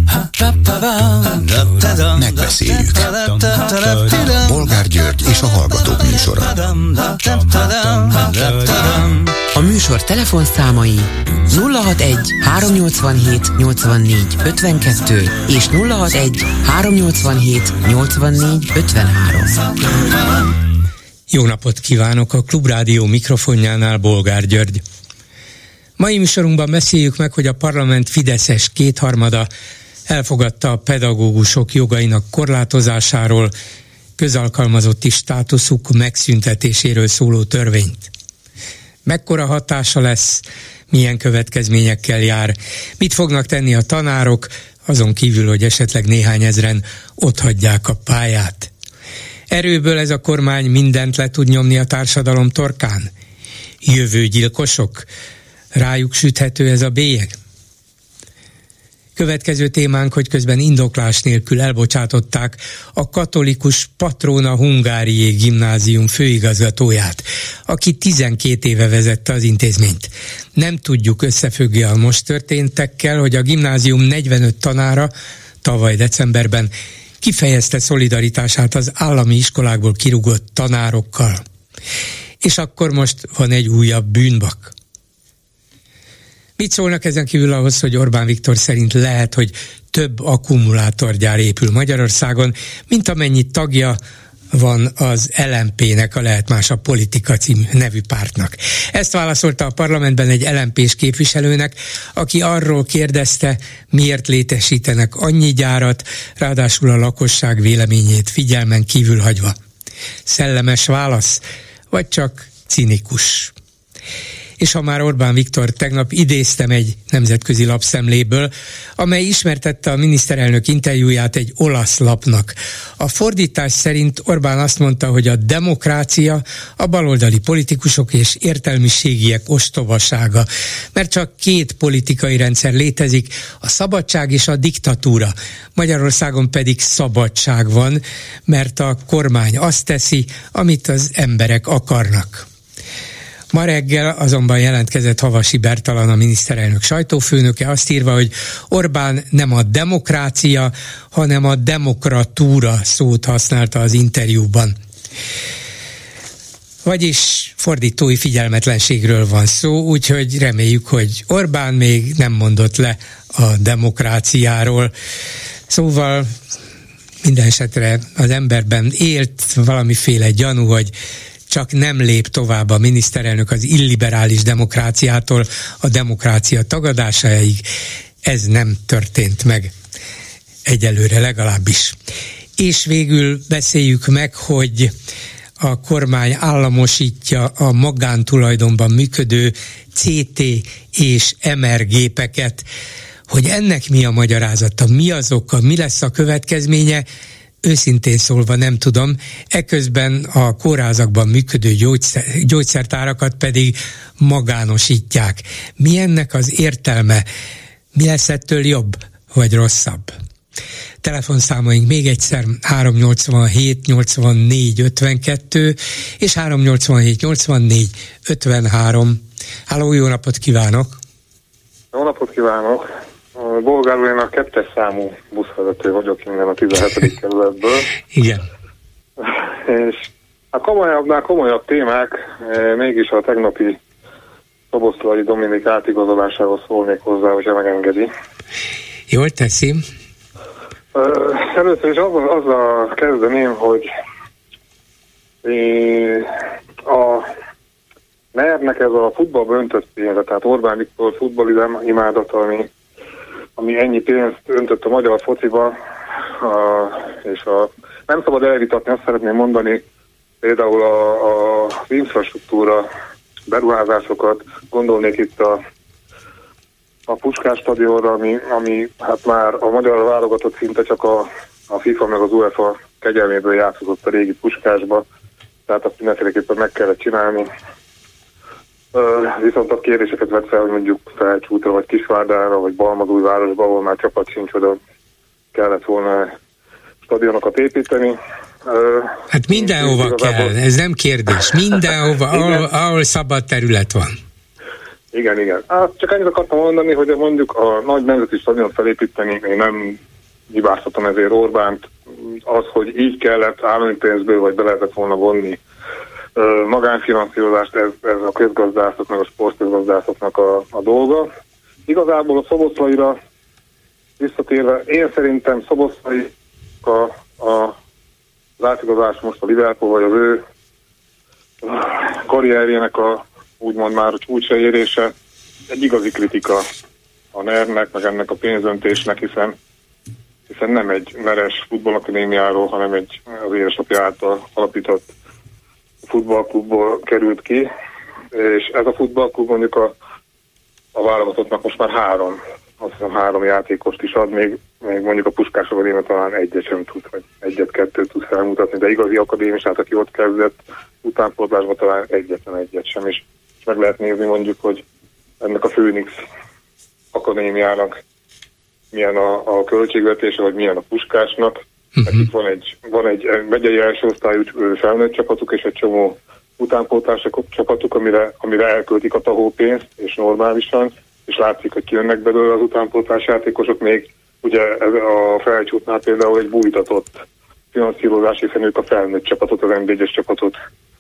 Megbeszéljük. Bolgár György és a Hallgatók műsora. A műsor telefonszámai 061 387 84 52 és 061 387 84 53. Jó napot kívánok, a Klubrádió mikrofonjánál Bolgár György. Mai műsorunkban beszéljük meg, hogy a parlament fideszes kétharmada elfogadta a pedagógusok jogainak korlátozásáról, közalkalmazotti státuszuk megszüntetéséről szóló törvényt. Mekkora hatása lesz, milyen következményekkel jár, mit fognak tenni a tanárok, azon kívül, hogy esetleg néhány ezren otthagyják a pályát. Erőből ez a kormány mindent le tud nyomni a társadalom torkán? Jövőgyilkosok? Rájuk süthető ez a bélyeg? Következő témánk, hogy közben indoklás nélkül elbocsátották a katolikus Patrona Hungárié gimnázium főigazgatóját, aki 12 éve vezette az intézményt. Nem tudjuk összefüggni a most történtekkel, hogy a gimnázium 45 tanára tavaly decemberben kifejezte szolidaritását az állami iskolákból kirúgott tanárokkal. És akkor most van egy újabb bűnbak. Mit szólnak ezen kívül ahhoz, hogy Orbán Viktor szerint lehet, hogy több akkumulátorgyár épül Magyarországon, mint amennyi tagja van az LMP-nek, a Lehet Más a Politika című nevű pártnak. Ezt válaszolta a parlamentben egy LMP-s képviselőnek, aki arról kérdezte, miért létesítenek annyi gyárat, ráadásul a lakosság véleményét figyelmen kívül hagyva. Szellemes válasz, vagy csak cinikus? És ha már Orbán Viktor, tegnap idéztem egy nemzetközi lapszemléből, amely ismertette a miniszterelnök interjúját egy olasz lapnak. A fordítás szerint Orbán azt mondta, hogy a demokrácia a baloldali politikusok és értelmiségiek ostobasága, mert csak két politikai rendszer létezik, a szabadság és a diktatúra. Magyarországon pedig szabadság van, mert a kormány azt teszi, amit az emberek akarnak. Ma reggel azonban jelentkezett Havasi Bertalan, a miniszterelnök sajtófőnöke, azt írva, hogy Orbán nem a demokrácia, hanem a demokratúra szót használta az interjúban. Vagyis fordítói figyelmetlenségről van szó, úgyhogy reméljük, hogy Orbán még nem mondott le a demokráciáról. Szóval minden esetre az emberben élt valamiféle gyanú, hogy csak nem lép tovább a miniszterelnök az illiberális demokráciától a demokrácia tagadásáig. Ez nem történt meg egyelőre legalábbis. És végül beszéljük meg, hogy a kormány államosítja a magántulajdonban működő CT és MR gépeket. Hogy ennek mi a magyarázata, mi az oka, mi lesz a következménye, őszintén szólva nem tudom, eközben a kórházakban működő gyógyszertárakat pedig magánosítják. Mi ennek az értelme? Mi lesz ettől jobb vagy rosszabb? Telefonszámaink még egyszer 387 84 52 és 387 84 53. Halló, jó napot kívánok! Jó napot kívánok! Bolgár úr, én a 2-es számú buszvezető vagyok innen a 17. kerületből. Igen. És a komolyabb témák, mégis a tegnapi Szoboszlai Dominik átigazolásához szólnék hozzá, hogyha megengedi. Jól teszi. Először is azzal kezdeném, hogy a NER-nek ez a futballba öntött pénze, tehát Orbán Viktor futballimádata, ami ennyi pénzt öntött a magyar fociba, és nem szabad elvitatni, azt szeretném mondani, például az infrastruktúra beruházásokat, gondolnék itt a Puskás stadionra, ami hát már a magyar válogatott szinte csak a FIFA meg az UEFA kegyelméből játszott a régi Puskásba, tehát azt mindenféleképpen meg kellett csinálni. Viszont a kérdéseket vett fel, hogy mondjuk Felcsútra, vagy Kisvárdára, vagy Balmazújvárosba, ahol már csapat sincs, oda kellett volna stadionokat építeni. Hát mindenhova kell, ez nem kérdés. Mindenhova, ahol szabad terület van. Igen. Csak ennyit akartam mondani, hogy mondjuk a nagy nemzeti stadiont felépíteni, én nem hibáztatom ezért Orbánt. Az, hogy így kellett állami pénzből, vagy be lehetett volna vonni magánfinanszírozást, ez a közgazdászok, meg a sportközgazdászoknak a dolga. Igazából a Szoboszlaira visszatérve, én szerintem Szoboszlai az átigazás most a Liverpool, vagy az ő karrierjének a úgymond már csúcsra egy igazi kritika a NER-nek, meg ennek a pénzöntésnek, hiszen nem egy meres futballakadémiáról, hanem az édesapja által alapított futballklubból került ki, és ez a futballklub mondjuk a válogatottnak most már három játékost is ad, még mondjuk a Puskás Akadémia talán egyet sem tud, vagy egyet-kettőt tud felmutatni, de igazi akadémisát, aki ott kezdett, utánpótlásban talán egyet sem, és meg lehet nézni mondjuk, hogy ennek a Főnix Akadémiának milyen a költségvetése, vagy milyen a Puskásnak. Nekik van egy megyei első osztályú felnőtt csapatuk, és egy csomó utánpótlási csapatuk, amire elköltik a tahópénzt, és normálisan, és látszik, hogy kijönnek belőle az utánpótlás játékosok, még ugye a Felcsútnál például egy bújtatott finanszírozás, hiszen ők a felnőtt csapatot, az NB1-es csapatot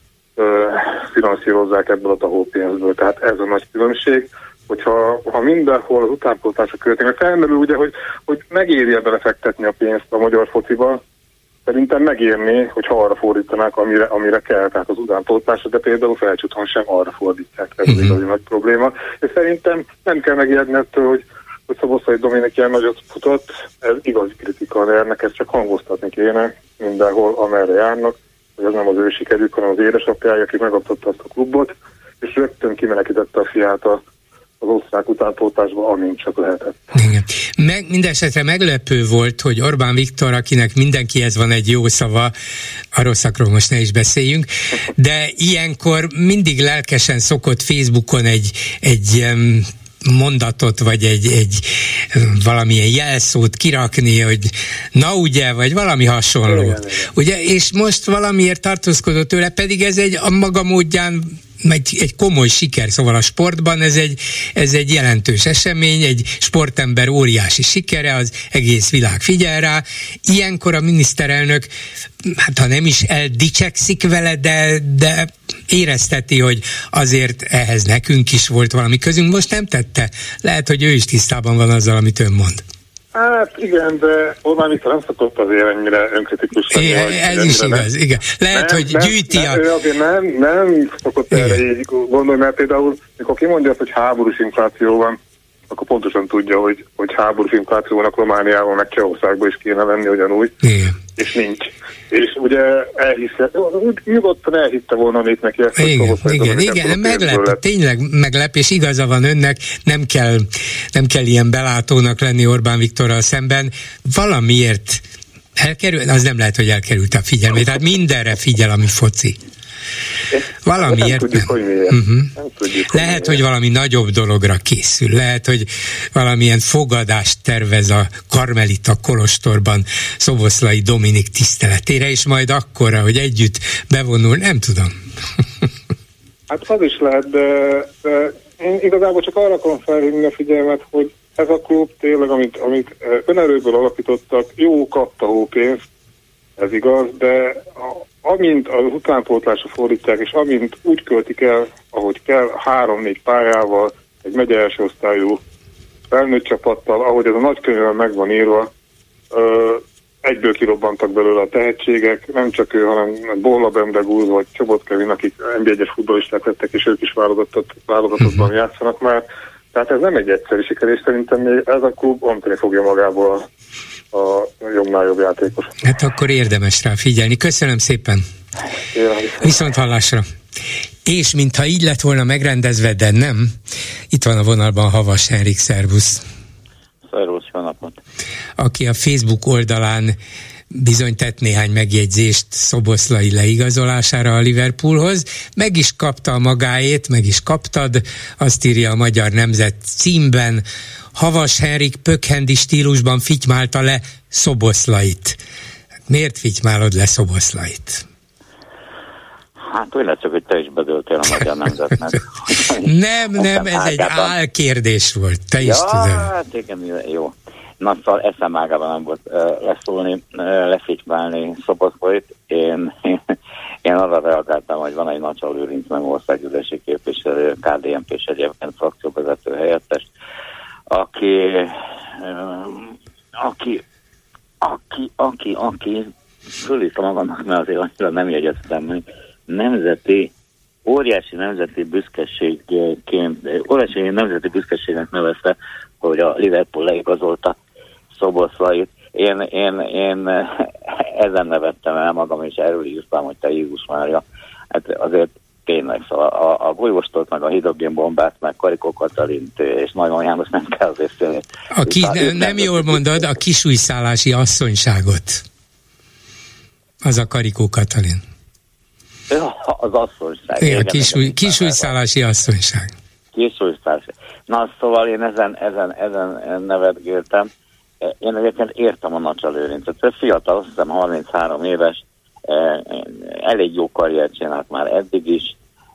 finanszírozzák ebből a tahópénzből. Tehát ez a nagy különbség, hogyha mindenhol az utánpótlásra költeni, mert felmerül ugye, hogy megéri belefektetni a pénzt a magyar fociba, szerintem megérné, hogyha arra fordítanák, amire kell, tehát az utánpótlásra, de például Felcsúton sem arra fordítják, ez az igazi nagy probléma. És szerintem nem kell megijedni ettől, hogy Szoboszlai Dominik ilyen nagyot futott, ez igazi kritika a NER-nek, ezt csak hangoztatni kéne mindenhol, amerre járnak, hogy az nem az ő sikerük, hanem az édesapjája, aki megadtatta azt a klubot, és rögtön kimenekítette a fiát az osztrák utánpótlásba, amint csak lehetett. Igen. Mindenesetre meglepő volt, hogy Orbán Viktor, akinek mindenkihez van egy jó szava, a rosszakról most ne is beszéljünk, de ilyenkor mindig lelkesen szokott Facebookon egy mondatot, vagy egy valamilyen jelszót kirakni, hogy na ugye, vagy valami hasonló. Igen. Ugye, és most valamiért tartózkodott tőle, pedig ez a maga módján egy komoly siker, szóval a sportban ez egy jelentős esemény, egy sportember óriási sikere, az egész világ figyel rá. Ilyenkor a miniszterelnök, hát ha nem is eldicsekszik vele, de érezteti, hogy azért ehhez nekünk is volt valami közünk, most nem tette. Lehet, hogy ő is tisztában van azzal, amit ön mond. Hát igen, de Orbán Viktor nem szokott azért ennyire önkritikus lenni. Ez is igaz, igen. Lehet, hogy gyűjti ő azért nem szokott erre így gondolni, mert például, mikor kimondja azt, hogy háborús infláció van, akkor pontosan tudja, hogy háborús inflációnak Romániában, meg Csehországban is kéne lenni ugyanúgy, igen. És nincs. És ugye nyugodtan elhitte volna még neki ezt. Igen, meglep, tényleg meglep, és igaza van önnek, nem kell ilyen belátónak lenni Orbán Viktorral szemben. Valamiért elkerül, az nem lehet, hogy elkerült a figyelmét, tehát mindenre figyel, ami foci. Valamiért nem. Lehet, hogy valami nagyobb dologra készül. Lehet, hogy valamilyen fogadást tervez a Karmelita kolostorban Szoboszlai Dominik tiszteletére, és majd akkorra, hogy együtt bevonul, nem tudom. Hát az is lehet, de én igazából csak arra akarom felhívni a figyelmet, hogy ez a klub tényleg, amit önerőből alapítottak, jó kapta hópénzt, ez igaz, de amint az utánpótlásra fordítják, és amint úgy költik el, ahogy kell, 3-4 pályával, egy megye első osztályú felnőtt csapattal, ahogy ez a nagykönyvben meg van írva, egyből kirobbantak belőle a tehetségek, nem csak ő, hanem Bolla Bendegúz vagy Csobot Kevin, akik NB1-es futballisták lettek, és ők is válogatottban játszanak már. Tehát ez nem egy egyszerű siker, és szerintem még ez a klub ontani fogja magából a jobbnál jobb játékos. Hát akkor érdemes rá figyelni. Köszönöm szépen. Viszont hallásra. És mintha így lett volna megrendezve, de nem. Itt van a vonalban Havas Henrik, szervusz. Szervusz, jó napot. Aki a Facebook oldalán bizony tett néhány megjegyzést Szoboszlai leigazolására a Liverpoolhoz. Meg is kapta a magáét, meg is kaptad, azt írja a Magyar Nemzet címben. Havas Henrik pökhendi stílusban fitymálta le Szoboszlait. Miért fitymálod le Szoboszlait? Hát úgy lesz, hogy te is bedöltél a magyar nemzetnek. Nem, ez egy álkérdés volt, te is tudod. Hát igen, jó. Na, szóval eszem ágában nem volt leszólni, lefitymálni Szoboszlait. Én arra reagáltam, hogy van egy Nacsal Lőrinc, meg országgyűlési képviselő, KDNP-s egyébként frakcióvezető helyettes, aki fölírta magamnak, mert azért annyira nem jegyeztem meg, óriási nemzeti büszkeségnek nevezte, hogy a Liverpool leigazolta Szoboszlait. Én ezen nevettem el magam, és erről írtam, hogy te Jézus Mária. Hát azért tényleg, szóval a Bújvostot, meg a hidrogénbombát, meg Karikó Katalint, és Nagyon János nem kell azért szélni. Nem jól mondod, a kisújszállási asszonyságot. Az a Karikó Katalin. Az asszonyság. Igen, kisújszállási asszonyság. Kisújszállási. Na, szóval én ezen nevetgéltem. Én egyébként értem a Nacsal Lőrincet. Fiatal, azt hiszem 33 éves, elég jó karriert csinált már eddig is.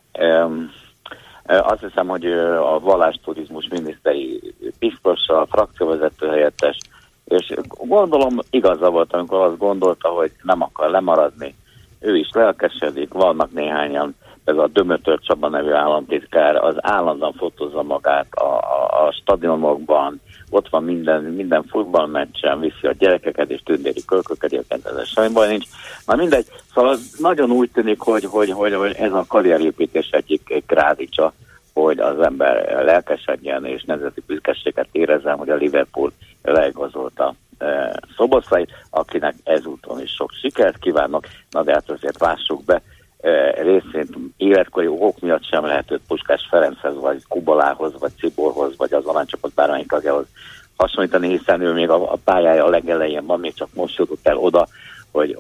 Azt hiszem, hogy a vallásturizmus miniszteri biztossal, frakcióvezető helyettes, és gondolom igaza volt, amikor azt gondolta, hogy nem akar lemaradni. Ő is lelkesedik, vannak néhányan, ez a Dömötör Csaba nevű államtitkár, az állandóan fotózza magát a stadionokban, ott van minden futballmeccsen, viszi a gyerekeket és tündéri kölköket, ez semmi baj nincs. Na mindegy, szóval nagyon úgy tűnik, hogy ez a karrierépítés egyik grádicsa, hogy az ember lelkesedjen és nemzeti büszkeséget érezzen, hogy a Liverpool leigazolta Szoboszlait, akinek ezúton is sok sikert kívánok, na de hát azért lássuk be, részint életkori okok miatt sem lehet őt Puskás Ferenchez, vagy Kubalához, vagy Ciborhoz, vagy az aranycsapat bármelyik tagjához hasonlítani, hiszen ő még a pályája a legelején van, még csak most jutott el oda, hogy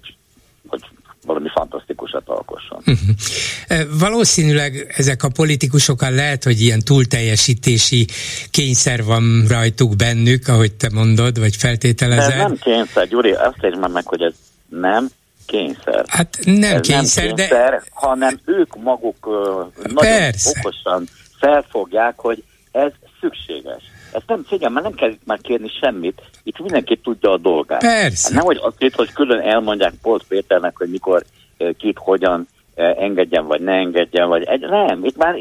valami fantasztikusat alkosson. Valószínűleg ezek a politikusokkal lehet, hogy ilyen túlteljesítési kényszer van rajtuk bennük, ahogy te mondod, vagy feltételezed. Ez nem kényszer, Gyuri, azt értsd már meg, hogy ez nem kényszer. Hát nem kényszer, de... hanem ők maguk nagyon okosan felfogják, hogy ez szükséges. Ezt nem, figyelj, már nem kell már kérni semmit, itt mindenki tudja a dolgát. Persze. Nem, hogy azért, hogy külön elmondják Polt Péternek, hogy mikor, kit, hogyan engedjen, vagy ne engedjen, vagy nem,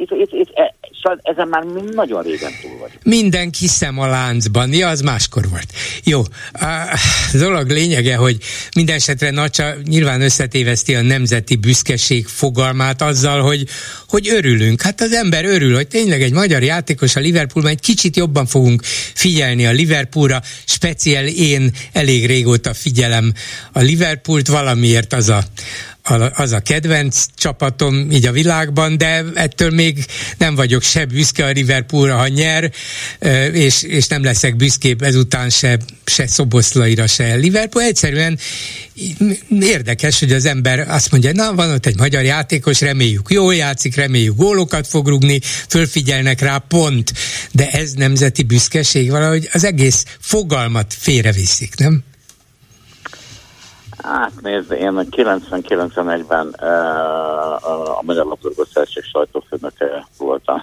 ezen már nagyon régen túl vagyunk. Mindenki szem a láncban, ja, az máskor volt. Jó, a dolog lényege, hogy minden esetre Nacsa nyilván összetéveszti a nemzeti büszkeség fogalmát azzal, hogy örülünk. Hát az ember örül, hogy tényleg egy magyar játékos a Liverpoolban, egy kicsit jobban fogunk figyelni a Liverpoolra, speciál én elég régóta figyelem a Liverpoolt, valamiért az a kedvenc csapatom így a világban, de ettől még nem vagyok se büszke a Liverpoolra, ha nyer, és nem leszek büszkébb ezután se Szoboszlaira, se Liverpool. Egyszerűen érdekes, hogy az ember azt mondja, na, van ott egy magyar játékos, reméljük jól játszik, reméljük gólokat fog rúgni, fölfigyelnek rá, pont. De ez nemzeti büszkeség, valahogy az egész fogalmat félreviszik, nem? Hát nézd, én 90-91-ben a Magyar Labdarúgó Szövetség sajtófőnöke voltam.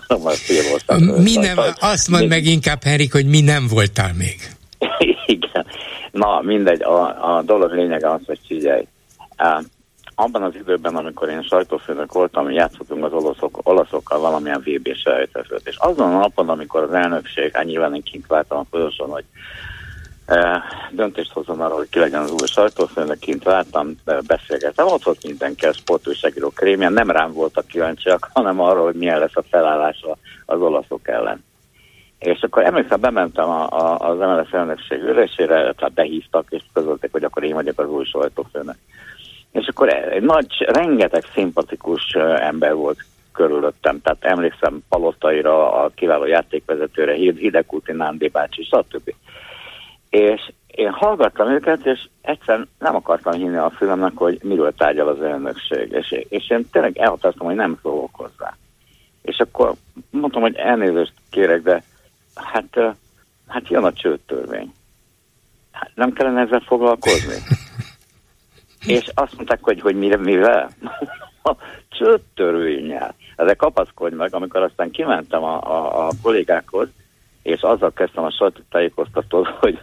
Azt mondd meg inkább, Henrik, hogy mi nem voltál még. Igen. Na, mindegy, a dolog lényege az, hogy figyelj. Abban az időben, amikor én sajtófőnök voltam, játszottunk az olaszokkal valamilyen VB-s elejtezőt. És azon a napon, amikor az elnökség, nyilván én kint vártam a folyosón, hogy döntést hozzon arra, hogy ki legyen az új sajtófőnök, kint vártam, beszélgettem, ott volt mindenki, a sportújságíró krémjen, nem rám voltak kíváncsiak, hanem arra, hogy milyen lesz a felállása az olaszok ellen. És akkor emlékszem, bementem az MLS elnökség ülésére, tehát behívtak, és közölték, hogy akkor én vagyok az új sajtófőnök. És akkor rengeteg szimpatikus ember volt körülöttem, tehát emlékszem Palottaira, a kiváló játékvezetőre, Hidegkúti Nándi bácsi, stb. És én hallgattam őket, és egyszerűen nem akartam hinni a fülemnek, hogy miről tárgyal az elnökség. És én tényleg elhatároztam, hogy nem szólok hozzá. És akkor mondtam, hogy elnézést kérek, de hát jön a csőttörvény. Hát nem kellene ezzel foglalkozni? És azt mondták, hogy mivel? a csőttörvényel. Ezzel kapaszkodj meg, amikor aztán kimentem a kollégákhoz, és azzal kezdtem a sajtótájékoztatót, hogy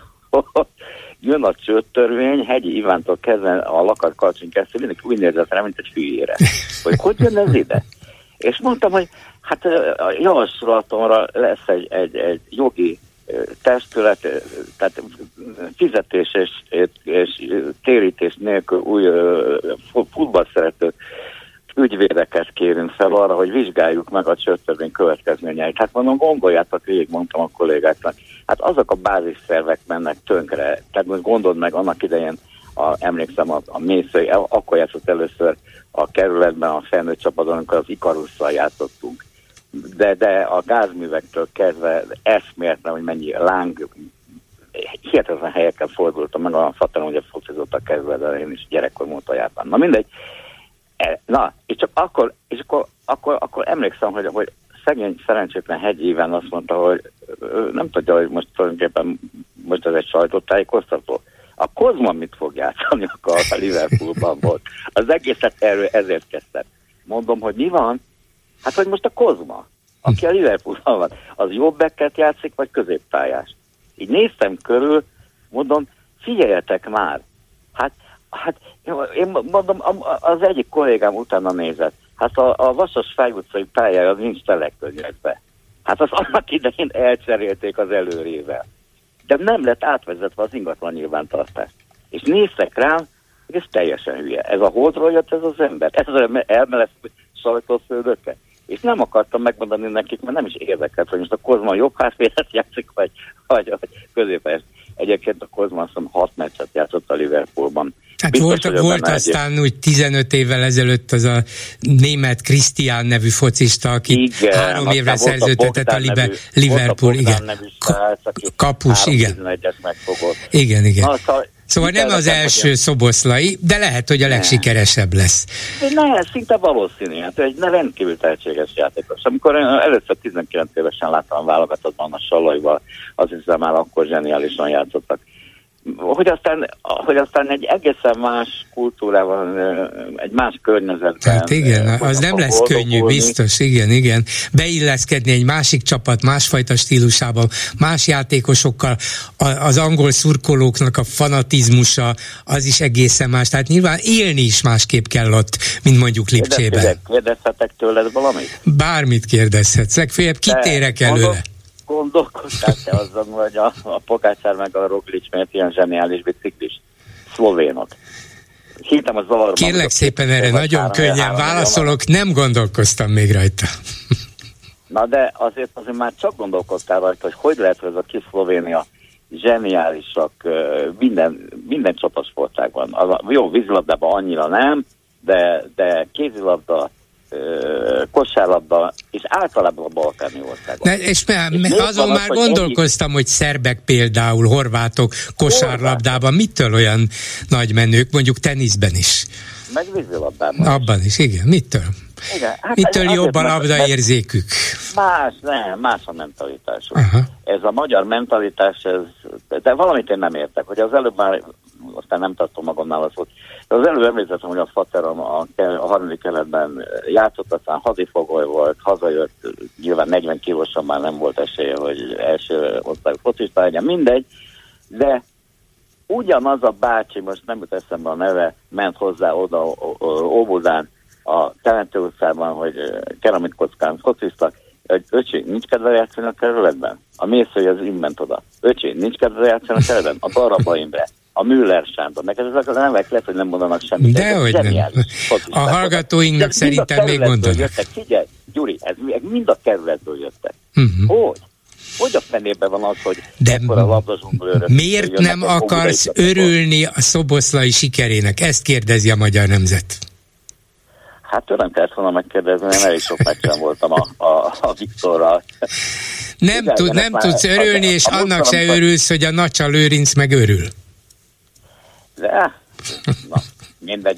jön a csőttörvény, Hegyi Ivántól kezdve a Lakat Kalcsin kezdve, mindenki úgy nézett rá, mint egy hülyére. Hogy jön ez ide? És mondtam, hogy hát a javaslatomra lesz egy jogi testület, tehát fizetés és térítés nélkül új futballszerető ügyvédeket kérünk fel arra, hogy vizsgáljuk meg a csőttörvény következményeit. Hát mondom, gondoljátok végig, mondtam a kollégáknak. Hát azok a bázisszervek mennek tönkre. Tehát most gondold meg, annak idején emlékszem a Mészői, akkor játszott először a kerületben a felnőtt csapaton, amikor az Ikarusszal játszottunk. De a gázművektől kezdve eszméletlen, hogy mennyi láng, hihetetlen helyeken fordultam meg, a faterom ugye focizott a kezdve, de én is gyerekkor múlta jártam. Na mindegy. Na, és csak akkor emlékszem, hogy szegény, szerencsétlen Hegyi Iván azt mondta, hogy nem tudja, hogy most tulajdonképpen most ez egy sajtótájékoztató. A Kozma mit fog játszani, akkor a Liverpoolban volt. Az egészet erről ezért kezdtem. Mondom, hogy mi van? Hát, hogy most a Kozma, aki a Liverpoolban van, az jobb backet játszik, vagy középpályás? Így néztem körül, mondom, figyeljetek már! Hát én mondom, az egyik kollégám utána nézett. Hát a Vasas Fáj utcai pályája az nincs telekkönyvekbe. Hát az annak idején elcserélték az előrével. De nem lett átvezetve az ingatlan nyilvántartás. És néztek rám, hogy ez teljesen hülye. Ez a Holdról jött ez az ember. Ez az elmelet sajtóföldöke. És nem akartam megmondani nekik, mert nem is érdekelt, hogy most a Kozma jobb hátvédet játszik, vagy középen. Egyébként a Kozma azt hiszem 6 meccset játszott a Liverpoolban. Hát biztos, volt aztán úgy 15 évvel ezelőtt az a német Krisztián nevű focista, aki 3 évre szerződtetett a Liverpool, igen. Kapus, igen. Igen. Na, szóval nem az első Szoboszlai, de lehet, hogy a legsikeresebb lesz. Ne, szinte valószínű. Hát egy rendkívül tehetséges játékos. Amikor először 19 évesen láttam a válogatottban a Salaival, azt hiszem már akkor zseniálisan játszottak. Hogy aztán egy egészen más kultúrában, egy más környezetben. Hát igen, az nem lesz könnyű, biztos, igen. Beilleszkedni egy másik csapat, másfajta stílusában, más játékosokkal, az angol szurkolóknak a fanatizmusa, az is egészen más. Tehát nyilván élni is másképp kell ott, mint mondjuk Lipcsében. Kérdezhetek tőled valamit? Bármit kérdezhetsz, legfeljebb kitérek előle. Gondolkodtál-e azon, hogy a Pogácsár meg a Roglič miért ilyen zseniális biciklis? Szlovénok. Hittem a zavarban. Kérlek szépen, erre nagyon könnyen válaszolok, nem gondolkoztam még rajta. Na de azért már csak gondolkodtál rajta, hogy lehet, hogy ez a kis Szlovénia zseniálisak minden csapatsportágban. Jó, vízilabdában annyira nem, de kézilabda, kosárlabda, és általában a balkáni országban. És azon már gondolkoztam, hogy szerbek például, horvátok kosárlabdában, mitől olyan nagy menők, mondjuk teniszben is. Meg vízilabdában. Abban is, igen. Mitől? Igen, hát mitől jobb a labdaérzékük? Más a mentalitásuk. Ez a magyar mentalitás, de valamit én nem értek, hogy az előbb már, aztán nem tartom magamnál az volt, de az előbb említettem, hogy a faterom a harmadik keletben játszott, aztán hadifogoly volt, hazajött, nyilván 40 kilósan már nem volt esélye, hogy első osztályú focista legyen, mindegy, de ugyanaz a bácsi, most nem jut eszembe a neve, ment hozzá oda Óbudán, a Teremtő utcában, hogy keramikkockán fociztak, hogy öcsi, nincs kedve játszani a kerületben? A Mészői az ment oda. Öcsi, nincs kedve játszani a kerületben? A Darabba Imre, a Müller Sándor. Neked ezek az nevek lehet, hogy nem mondanak semmit. Dehogy nem. A hallgatóinknak szerintem még mondanak. Figyelj, Gyuri, ez mind a kerületből jöttek. Hogy a fenében van az, hogy ekkor a labdazsonglőrök... Miért nem akarsz örülni a szoboszlai sikerének? Ezt kérdezi a magyar nemzet. Hát tőlem kellett volna megkérdezni, én elég sok meccsen voltam a Viktorral. Nem tudsz örülni, és annak se örülsz, hogy a Nacsa Lőrinc meg örül. mindegy,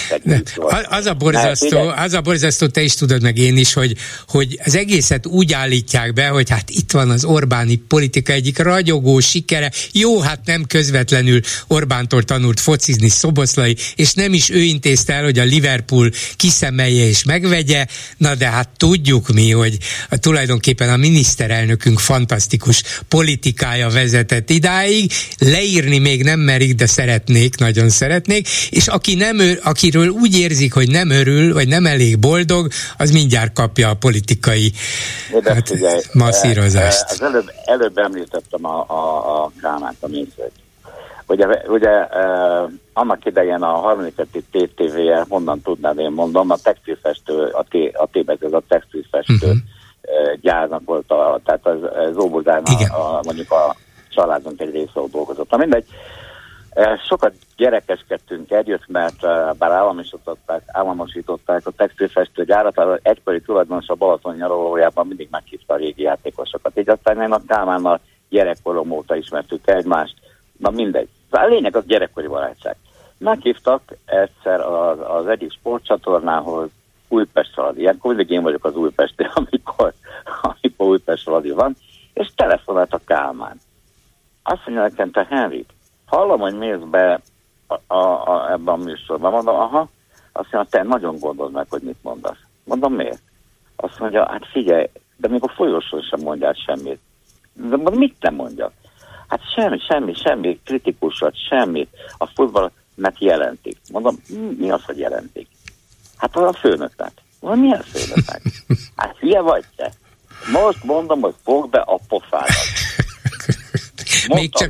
az a borzasztó, te is tudod meg én is, hogy az egészet úgy állítják be, hogy hát itt van az Orbáni politika egyik ragyogó sikere, jó, hát nem közvetlenül Orbántól tanult focizni Szoboszlai, és nem is ő intézte el, hogy a Liverpool kiszemelje és megvegye, na de hát tudjuk mi, hogy tulajdonképpen a miniszterelnökünk fantasztikus politikája vezetett idáig, leírni még nem merik, de szeretnék, nagyon szeretnék, és akiről úgy érzik, hogy nem örül, vagy nem elég boldog, az mindjárt kapja a politikai masszírozást. Az előbb említettem a Kálmánt, a Mészőt. Ugye annak idején a harmadik TTV-je, honnan tudnád, én mondom, a textilfestő, a T-bet ez a textilfestő gyárnak volt, tehát az Óbudán mondjuk a családunk egy része ott dolgozott. Na mindegy, sokat gyerekeskedtünk együtt, mert bár államosították a textilfestőgyárat, az egykori tulajdonos a Balaton nyaralójában mindig meghívta a régi játékosokat. Így aztán én a Kálmánnal gyerekkorom óta ismertük egymást. Na mindegy. A lényeg az gyerekkori barátság. Meghívtak egyszer az egyik sportcsatornához Újpest Radi. Ilyenkor mindig én vagyok az újpesti, amikor Újpest Radi van, és telefonált a Kálmán. Azt mondja nekem, te Henrik, hallom, hogy mész be ebben a műsorban. Mondom, aha. Azt mondja, te nagyon gondold meg, hogy mit mondasz. Mondom, miért? Azt mondja, hát figyelj, de még a folyosón sem mondjál semmit. De mit nem mondjak? Hát semmi kritikusat, semmit. A futballnak jelentik. Mondom, mi az, hogy jelentik? Hát a főnöknek. Mondom, milyen főnöknek? Hát hülye vagy te? Most mondom, hogy fogd be a pofádat. Még csak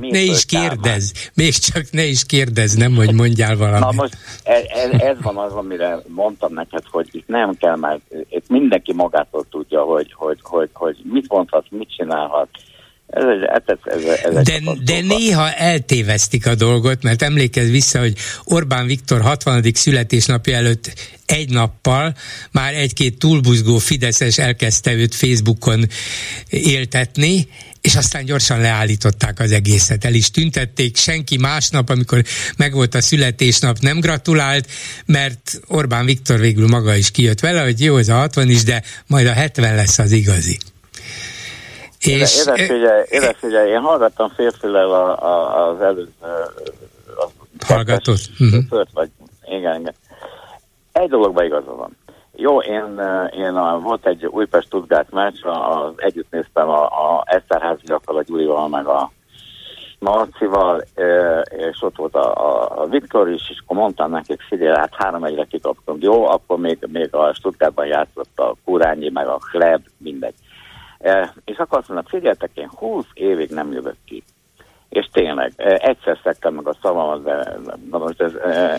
ne is kérdezz, nem, hogy mondjál valamit. Na most ez van az, amire mondtam neked, hogy itt nem kell már, itt mindenki magától tudja, hogy mit mondhat, mit csinálhat. De néha eltévesztik a dolgot, mert emlékezz vissza, hogy Orbán Viktor 60. születésnapja előtt egy nappal már egy-két túlbuzgó fideszes elkezdte őt Facebookon éltetni, és aztán gyorsan leállították az egészet, el is tüntették, senki másnap, amikor megvolt a születésnap, nem gratulált, mert Orbán Viktor végül maga is kijött vele, hogy jó, ez a 60 is, de majd a 70 lesz az igazi. Édes figyelj, én hallgattam félfüllel az előző hallgatott. Vagy igen. Egy dologban igaza van. Jó, én volt egy Újpest-Stuttgart meccs, együtt néztem a Eszterháziakkal, a Gyurival, meg a Marcival, és ott volt a Viktor is, és akkor mondtam nekik, figyelj, hát 3-1-re kikaptunk. Jó, akkor még a Stuttgartban játszott a Kurányi, meg a Kleb, mindegy. És akkor azt mondom, figyeltek, én 20 évig nem jövök ki. És tényleg, egyszer szektem meg a szavamat, de most ez,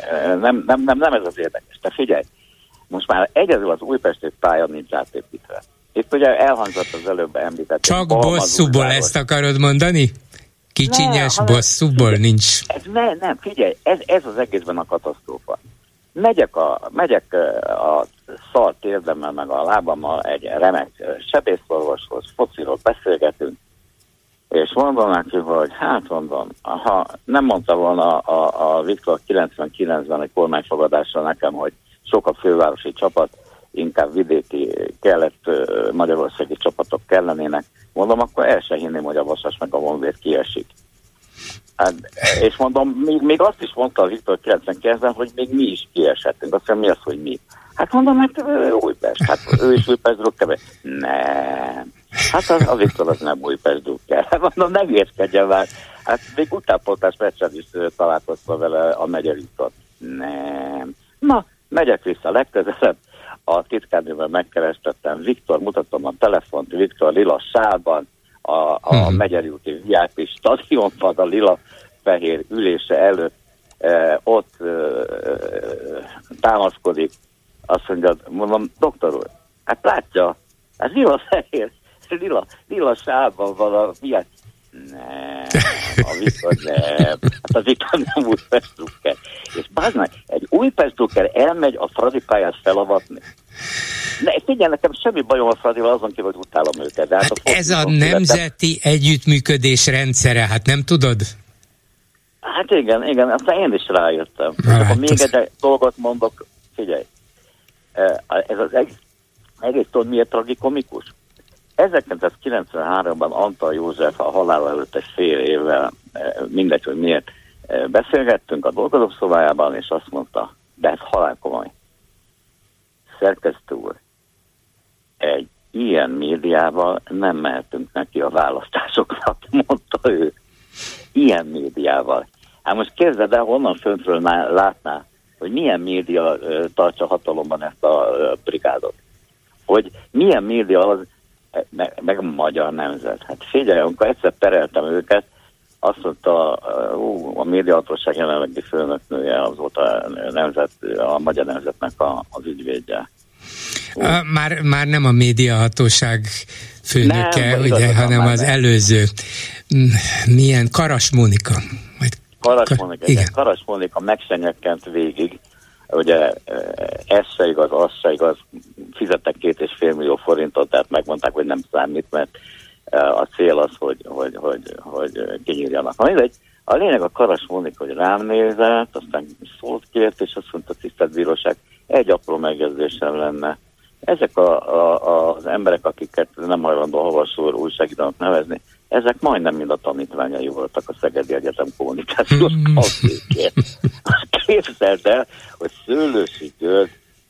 nem ez az érdekes. De figyelj, most már egyedül az újpesti pálya nincs átépítve. Itt ugye elhangzott az előbb említett. Csak bosszúból ezt akarod mondani? Kicsinyes bosszúból nincs. Nem, figyelj, ez az egészben a katasztrófa. Megyek a szar térdemmel meg a lábammal egy remek sebészorvoshoz, fociról beszélgetünk, és mondom neki, hogy hát mondom, ha nem mondta volna a Viktor 99-ben egy kormányfogadásra nekem, hogy sok a fővárosi csapat, inkább vidéki kellett magyarországi csapatok kellenének, mondom, akkor el se hinném, hogy a Vasas meg a Honvéd kiesik. Hát, és mondom, még azt is mondta a Viktor 99-ben, hogy még mi is kiesettünk. Azt mondom, mi az, hogy mi? Hát mondom, mert Újpest. Hát ő is Újpest drukker. Nem. Hát a Viktor az nem Újpest drukker. Hát mondom, ne vieskedjen már. Hát még utánpótlás meccsen is találkoztam vele a Megyeritot. Nem. Na, megyek vissza legközelebb. A titkárnővel megkerestettem. Viktor, mutatom a telefont. Viktor lila sálban. A Megyeri úti VIP stadionpad a lila-fehér ülése előtt ott támaszkodik. Azt mondja, mondom, doktor úr, hát látja, hát lila-fehér, lila sálban van a VIP. Nem, a Viktor nem. Hát az itt nem Újpest drukker. És bázd meg, egy Újpest drukker elmegy a Fradi pályát felavatni. Figyelj, nekem semmi bajom a Fradival, azon kívül, hogy utálom őket. De hát ez a nemzeti együttműködés rendszere, hát nem tudod? Hát igen, aztán én is rájöttem. Akkor még egy dolgot mondok, figyelj, ez az egész tudod miért tragikomikus? 1993-ban Antal József a halála előtt egy fél évvel, mindegy, hogy miért, beszélgettünk a dolgozók szobájában, és azt mondta, de ez halálkomoly. Szerkesztő úr, egy ilyen médiával nem mehetünk neki a választásoknak, mondta ő. Ilyen médiával. Hát most képzeld el, honnan föntről látná, hogy milyen média tartsa hatalomban ezt a brigádot. Hogy milyen média az, meg a Magyar Nemzet. Hát figyelj, amikor egyszer pereltem őket, azt mondta, a médiahatóság jelenlegi főnöknője, az volt a Magyar Nemzetnek az ügyvédje. Már nem a médiahatóság főnöke, nem, ugye, hanem az előző. Milyen? Karas Mónika. Karas Mónika megsenyekkent végig. Ugye ez se igaz, az se igaz. Fizettek 2,5 millió forintot, tehát megmondták, hogy nem számít, mert a cél az, hogy kinyírjanak. A lényeg a Karas Mónika, hogy rám nézett, aztán szót kért, és azt mondta, tisztelt bíróság, egy apró megjegyzésem lenne. Ezek az emberek, akiket nem hajlandó Havas úr újságírónak nevezni, ezek majdnem mind a tanítványai voltak a Szegedi Egyetem kommunikációs tanszékért. Képzeld el, hogy Szőlősi György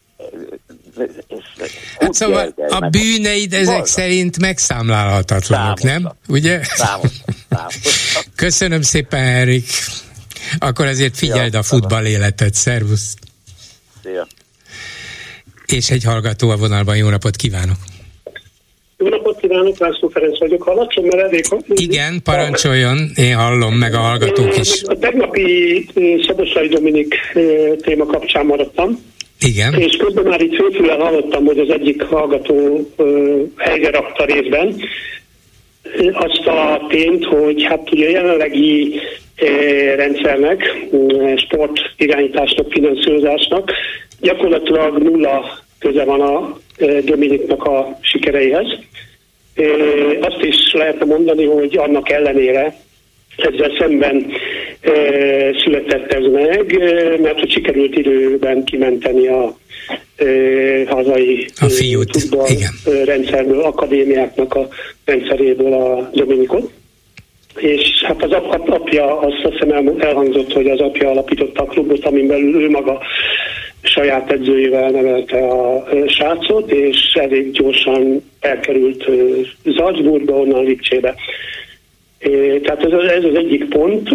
hát szóval a bűneid ezek szerint megszámlálhatatlanok, nem? Ugye? Számos. Köszönöm szépen, Henrik. Akkor azért figyeld a futball életet. Szervusz! Szia! És egy hallgató a vonalban. Jó napot kívánok! Jó napot kívánok, László Ferenc vagyok. Hallatszom, mert elég... Igen, parancsoljon, én hallom, meg a hallgatók is. A tegnapi Szoboszlai Dominik téma kapcsán maradtam. Igen. És közben már itt főfüllel hallottam, hogy az egyik hallgató helyre rakta részben azt a tényt, hogy hát ugye a jelenlegi rendszernek, sportirányításnak, finanszírozásnak gyakorlatilag nulla köze van a Dominiknak a sikereihez. Azt is lehetne mondani, hogy annak ellenére ezzel szemben született ez meg, mert hogy sikerült időben kimenteni a hazai futballrendszerből, akadémiáknak a rendszeréből a Dominikot. És hát az apja, azt hiszem elhangzott, hogy az apja alapította a klubot, amin belül ő maga saját edzőjével nevelte a srácot, és elég gyorsan elkerült Salzburgba, onnan Lipcsébe. Tehát ez az egyik pont.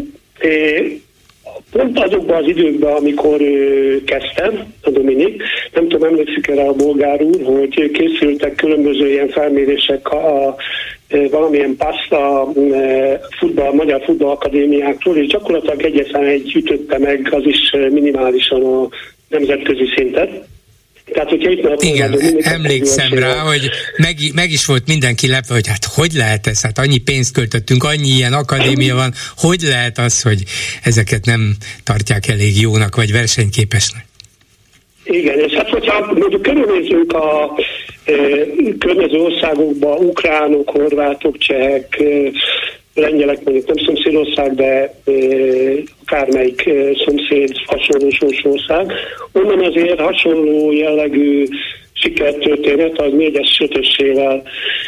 Pont azokban az időkben, amikor kezdte a Dominik, nem tudom, emlékszik erre a bolgár úr, hogy készültek különböző ilyen felmérések valamilyen paszt a Magyar Futballakadémiáktól, és gyakorlatilag egyetlen egy ütötte meg, az is minimálisan a nemzetközi szintet. Tehát, igen, emlékszem rá, hogy meg is volt mindenki lepve, hogy hát hogy lehet ez, hát annyi pénzt költöttünk, annyi ilyen akadémia van, hogy lehet az, hogy ezeket nem tartják elég jónak, vagy versenyképesnek? Igen, és hát hogyha mondjuk körülnézünk a környező országokba, ukránok, horvátok, csehek, lengyelek, mondjuk nem szomszédország, de akármelyik szomszéd hasonló sorsország. Onnan azért hasonló jellegű sikertörténet az 4-es 5-ösével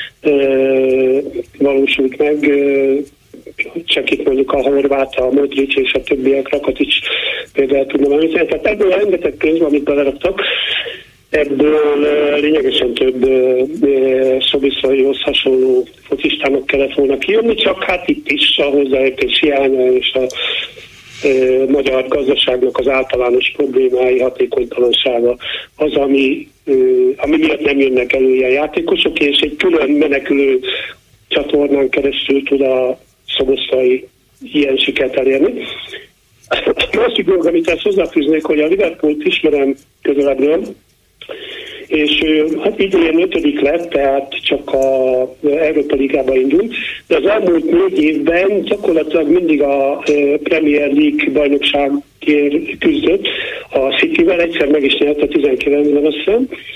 valósult meg. Csak itt mondjuk a horvát, a Modric és a többiek rakat is például tudnom említeni. Tehát ebből rengeteg pénz van, amit beleraktak. Ebből lényegesen több Szoboszlaihoz hasonló focistának kellett volna kijönni, csak hát itt is a hozzáértés hiánya és a magyar gazdaságnak az általános problémái, hatékonytalansága az, ami miatt nem jönnek elő ilyen játékosok, és egy külön menekülő csatornán keresztül tud a Szoboszlai ilyen sikert elérni. A másik dolog, amit ezt hozzáfűznék, hogy a Liverpoolt ismerem közelebbről, és hát idén 5. lett, tehát csak az Európa Ligában indult, de az elmúlt 4 évben gyakorlatilag mindig a Premier League bajnokságért küzdött a Cityvel, egyszer meg is nyert a 19-ben, azt hiszem,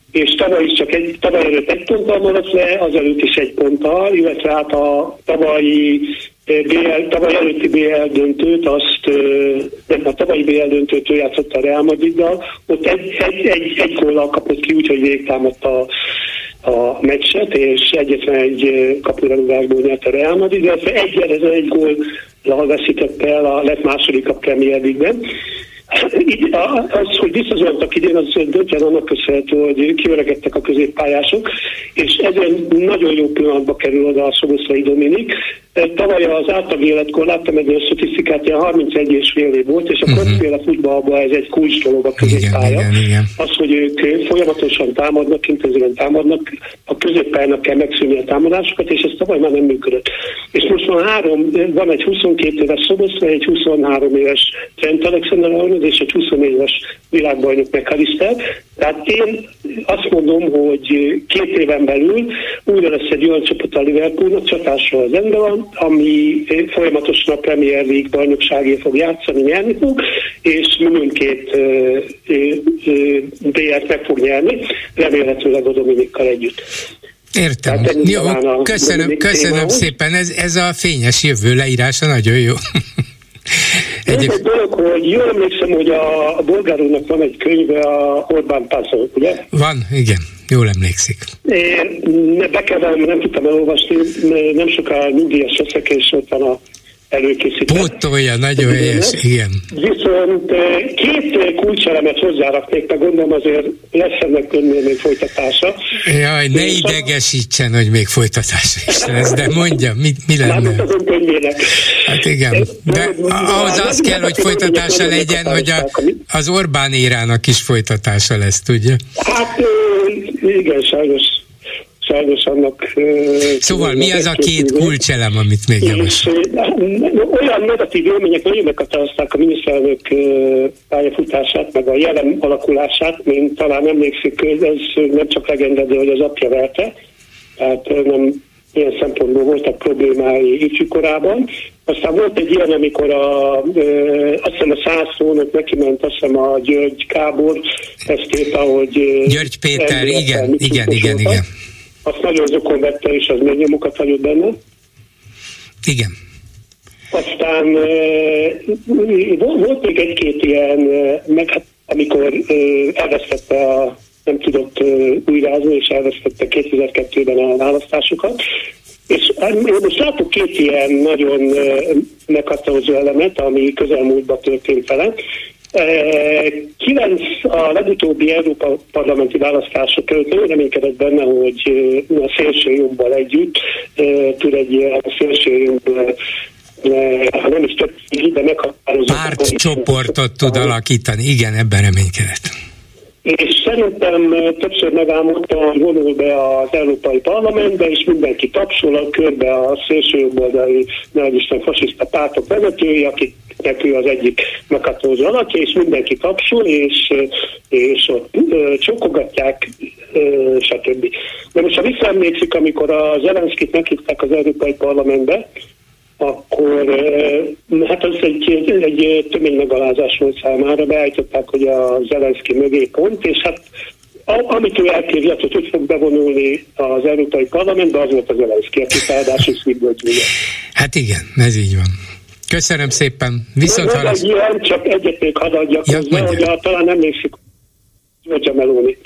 és tavaly is tavaly előtt egy ponttal maradt le, azelőtt is egy ponttal, illetve hát a tavaly előtti BL döntőt, a tavalyi BL döntőt ő játszott a Real Madriddal, ott egy góllal kapott ki, úgyhogy végigtámadta a meccset, és egyetlen egy kapurarúgásból nyert a Real Madrid, illetve egy góllal veszítette el lett második a Premier League-ben. Az, hogy visszazoltak idén, az döntően annak köszönhető, hogy kiöregedtek a középpályások, és ezért nagyon jó pillanatba kerül oda a Szoboszlai Dominik. Tavaly az átlag életkor láttam egy statisztikát, ilyen 31,5 év volt, és a kociféle futballban ez egy kulcs dolog a középpálya. Igen. Az, hogy ők folyamatosan támadnak, intenzíven támadnak, a középpályának kell megszűnni a támadásokat, és ez tavaly már nem működött. És most van egy 22 éves Szoboszlai, egy 23 éves Trent Alexander-Arnold és egy 20 éves világbajnok McAllister. Tehát én azt mondom, hogy 2 éven belül újra lesz egy olyan csapat a Liverpoolnak, csatásra az ember van, ami folyamatosan a Premier League bajnokságért fog játszani, nyerni fog, és mindkét BL-t meg fog nyerni, remélhetőleg a Dominikkal együtt. Értem. Jó, köszönöm szépen, ez a fényes jövő leírása nagyon jó. Egy dolog, hogy jól emlékszem, hogy a bolgár úrnak van egy könyve, a Orbán Puzzle, ugye? Van, igen, jól emlékszik. Nem tudtam elolvasni, nem sokkal nyugdíjas leszek, és ott van a előkészített. Pótolja, nagyon helyes, igen. Viszont 2 kulcselemet hozzáraknék, meg gondolom azért lesz ennek még folytatása. Jaj, ne idegesítsen, hogy még folytatása is lesz, de mondja, mi lenne? Hát igen, de ahhoz az kell, hogy folytatása legyen, hogy az Orbán érának is folytatása lesz, tudja? Hát igen, sajnos annak... Szóval mi az a 2 kulcselem, amit még javasol? Olyan negatív élmények nagyon meghatározták a miniszterelnök pályafutását, meg a jelen alakulását, mint talán emlékszik, ez nem csak legenda, de hogy az apja verte, tehát nem ilyen szempontból voltak problémái ifjúkorában. Aztán volt egy ilyen, amikor azt hiszem a Szászlónak neki ment, azt hiszem a György Kábor esztét, ahogy... György Péter, igen. Azt nagyon zokon vette, és az még nyomokat hagyott benne. Igen. Aztán volt még egy-két ilyen, meg hát, amikor elvesztette nem tudott újrázni, és elvesztette 2002-ben a választásokat. És most látok 2 ilyen nagyon meghatározó elemet, ami közelmúltban történt vele. 9 a legutóbbi Európa parlamenti választások előtt nagyon reménykedett benne, hogy a szélső jobban együtt tud egy ilyen szélső jobb, ha nem is több, de meghatározó pártcsoportot tud alakítani. Igen, ebben reménykedett. És szerintem többször megálmodta, hogy vonul be az Európai Parlamentbe, és mindenki tapsol a körbe a szélsőjobboldali, nehogyisten fasiszta pártok vezetői, akiknek ő az egyik meghatározó alakja, és mindenki tapsol, és ott csokogatják, stb. De most ha visszaemlékszik, amikor a Zelenszkit meghívták az Európai Parlamentbe, akkor hát az egy tömény megalázás volt számára, beállították, hogy a Zelenszky mögé pont, és hát amit ő elképzelt, hogy fog bevonulni az Európai Parlamentbe, az volt a Zelenszky, aki ráadásul szívből gyűlölt. Hát igen, ez így van. Köszönöm szépen, viszonthallás. Csak egyet még hadd adjak hozzá, hogy talán emlékszik, hogy a Meloni.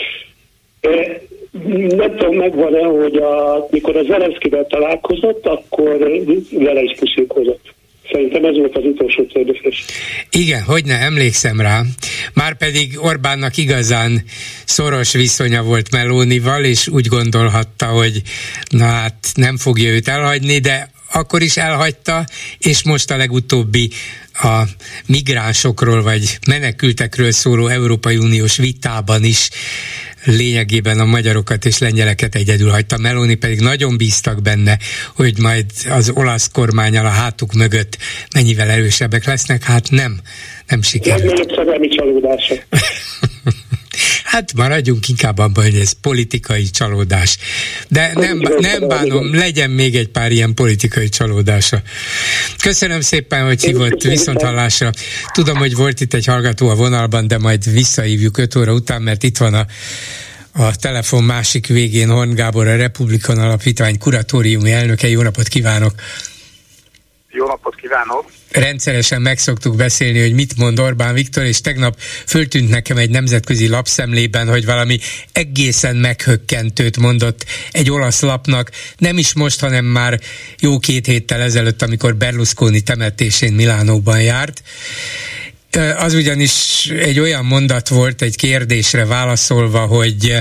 Nem tudom, megvan-e, hogy mikor a Zelenszkivel találkozott, akkor vele is puszilkozott. Szerintem ez volt az utolsó kérdés. Igen, hogyne, emlékszem rá. Márpedig Orbánnak igazán szoros viszonya volt Melonival, és úgy gondolhatta, hogy na hát nem fogja őt elhagyni, de akkor is elhagyta, és most a legutóbbi a migránsokról vagy menekültekről szóló Európai Uniós vitában is lényegében a magyarokat és lengyeleket egyedül hagyta. Meloni pedig nagyon bíztak benne, hogy majd az olasz kormánnyal a hátuk mögött mennyivel erősebbek lesznek, hát nem sikerült. Ez szerelmi csalódása. Hát maradjunk inkább abban, hogy ez politikai csalódás. De nem bánom, legyen még egy pár ilyen politikai csalódása. Köszönöm szépen, hogy hívott, viszonthallásra. Tudom, hogy volt itt egy hallgató a vonalban, de majd visszahívjuk 5 óra után, mert itt van A telefon másik végén Horn Gábor, a Republikon Alapítvány kuratóriumi elnöke. Jó napot kívánok! Jó napot kívánok! Rendszeresen megszoktuk beszélni, hogy mit mond Orbán Viktor, és tegnap föltűnt nekem egy nemzetközi lapszemlében, hogy valami egészen meghökkentőt mondott egy olasz lapnak, nem is most, hanem már jó 2 héttel ezelőtt, amikor Berlusconi temetésén Milánóban járt. Az ugyanis egy olyan mondat volt egy kérdésre válaszolva, hogy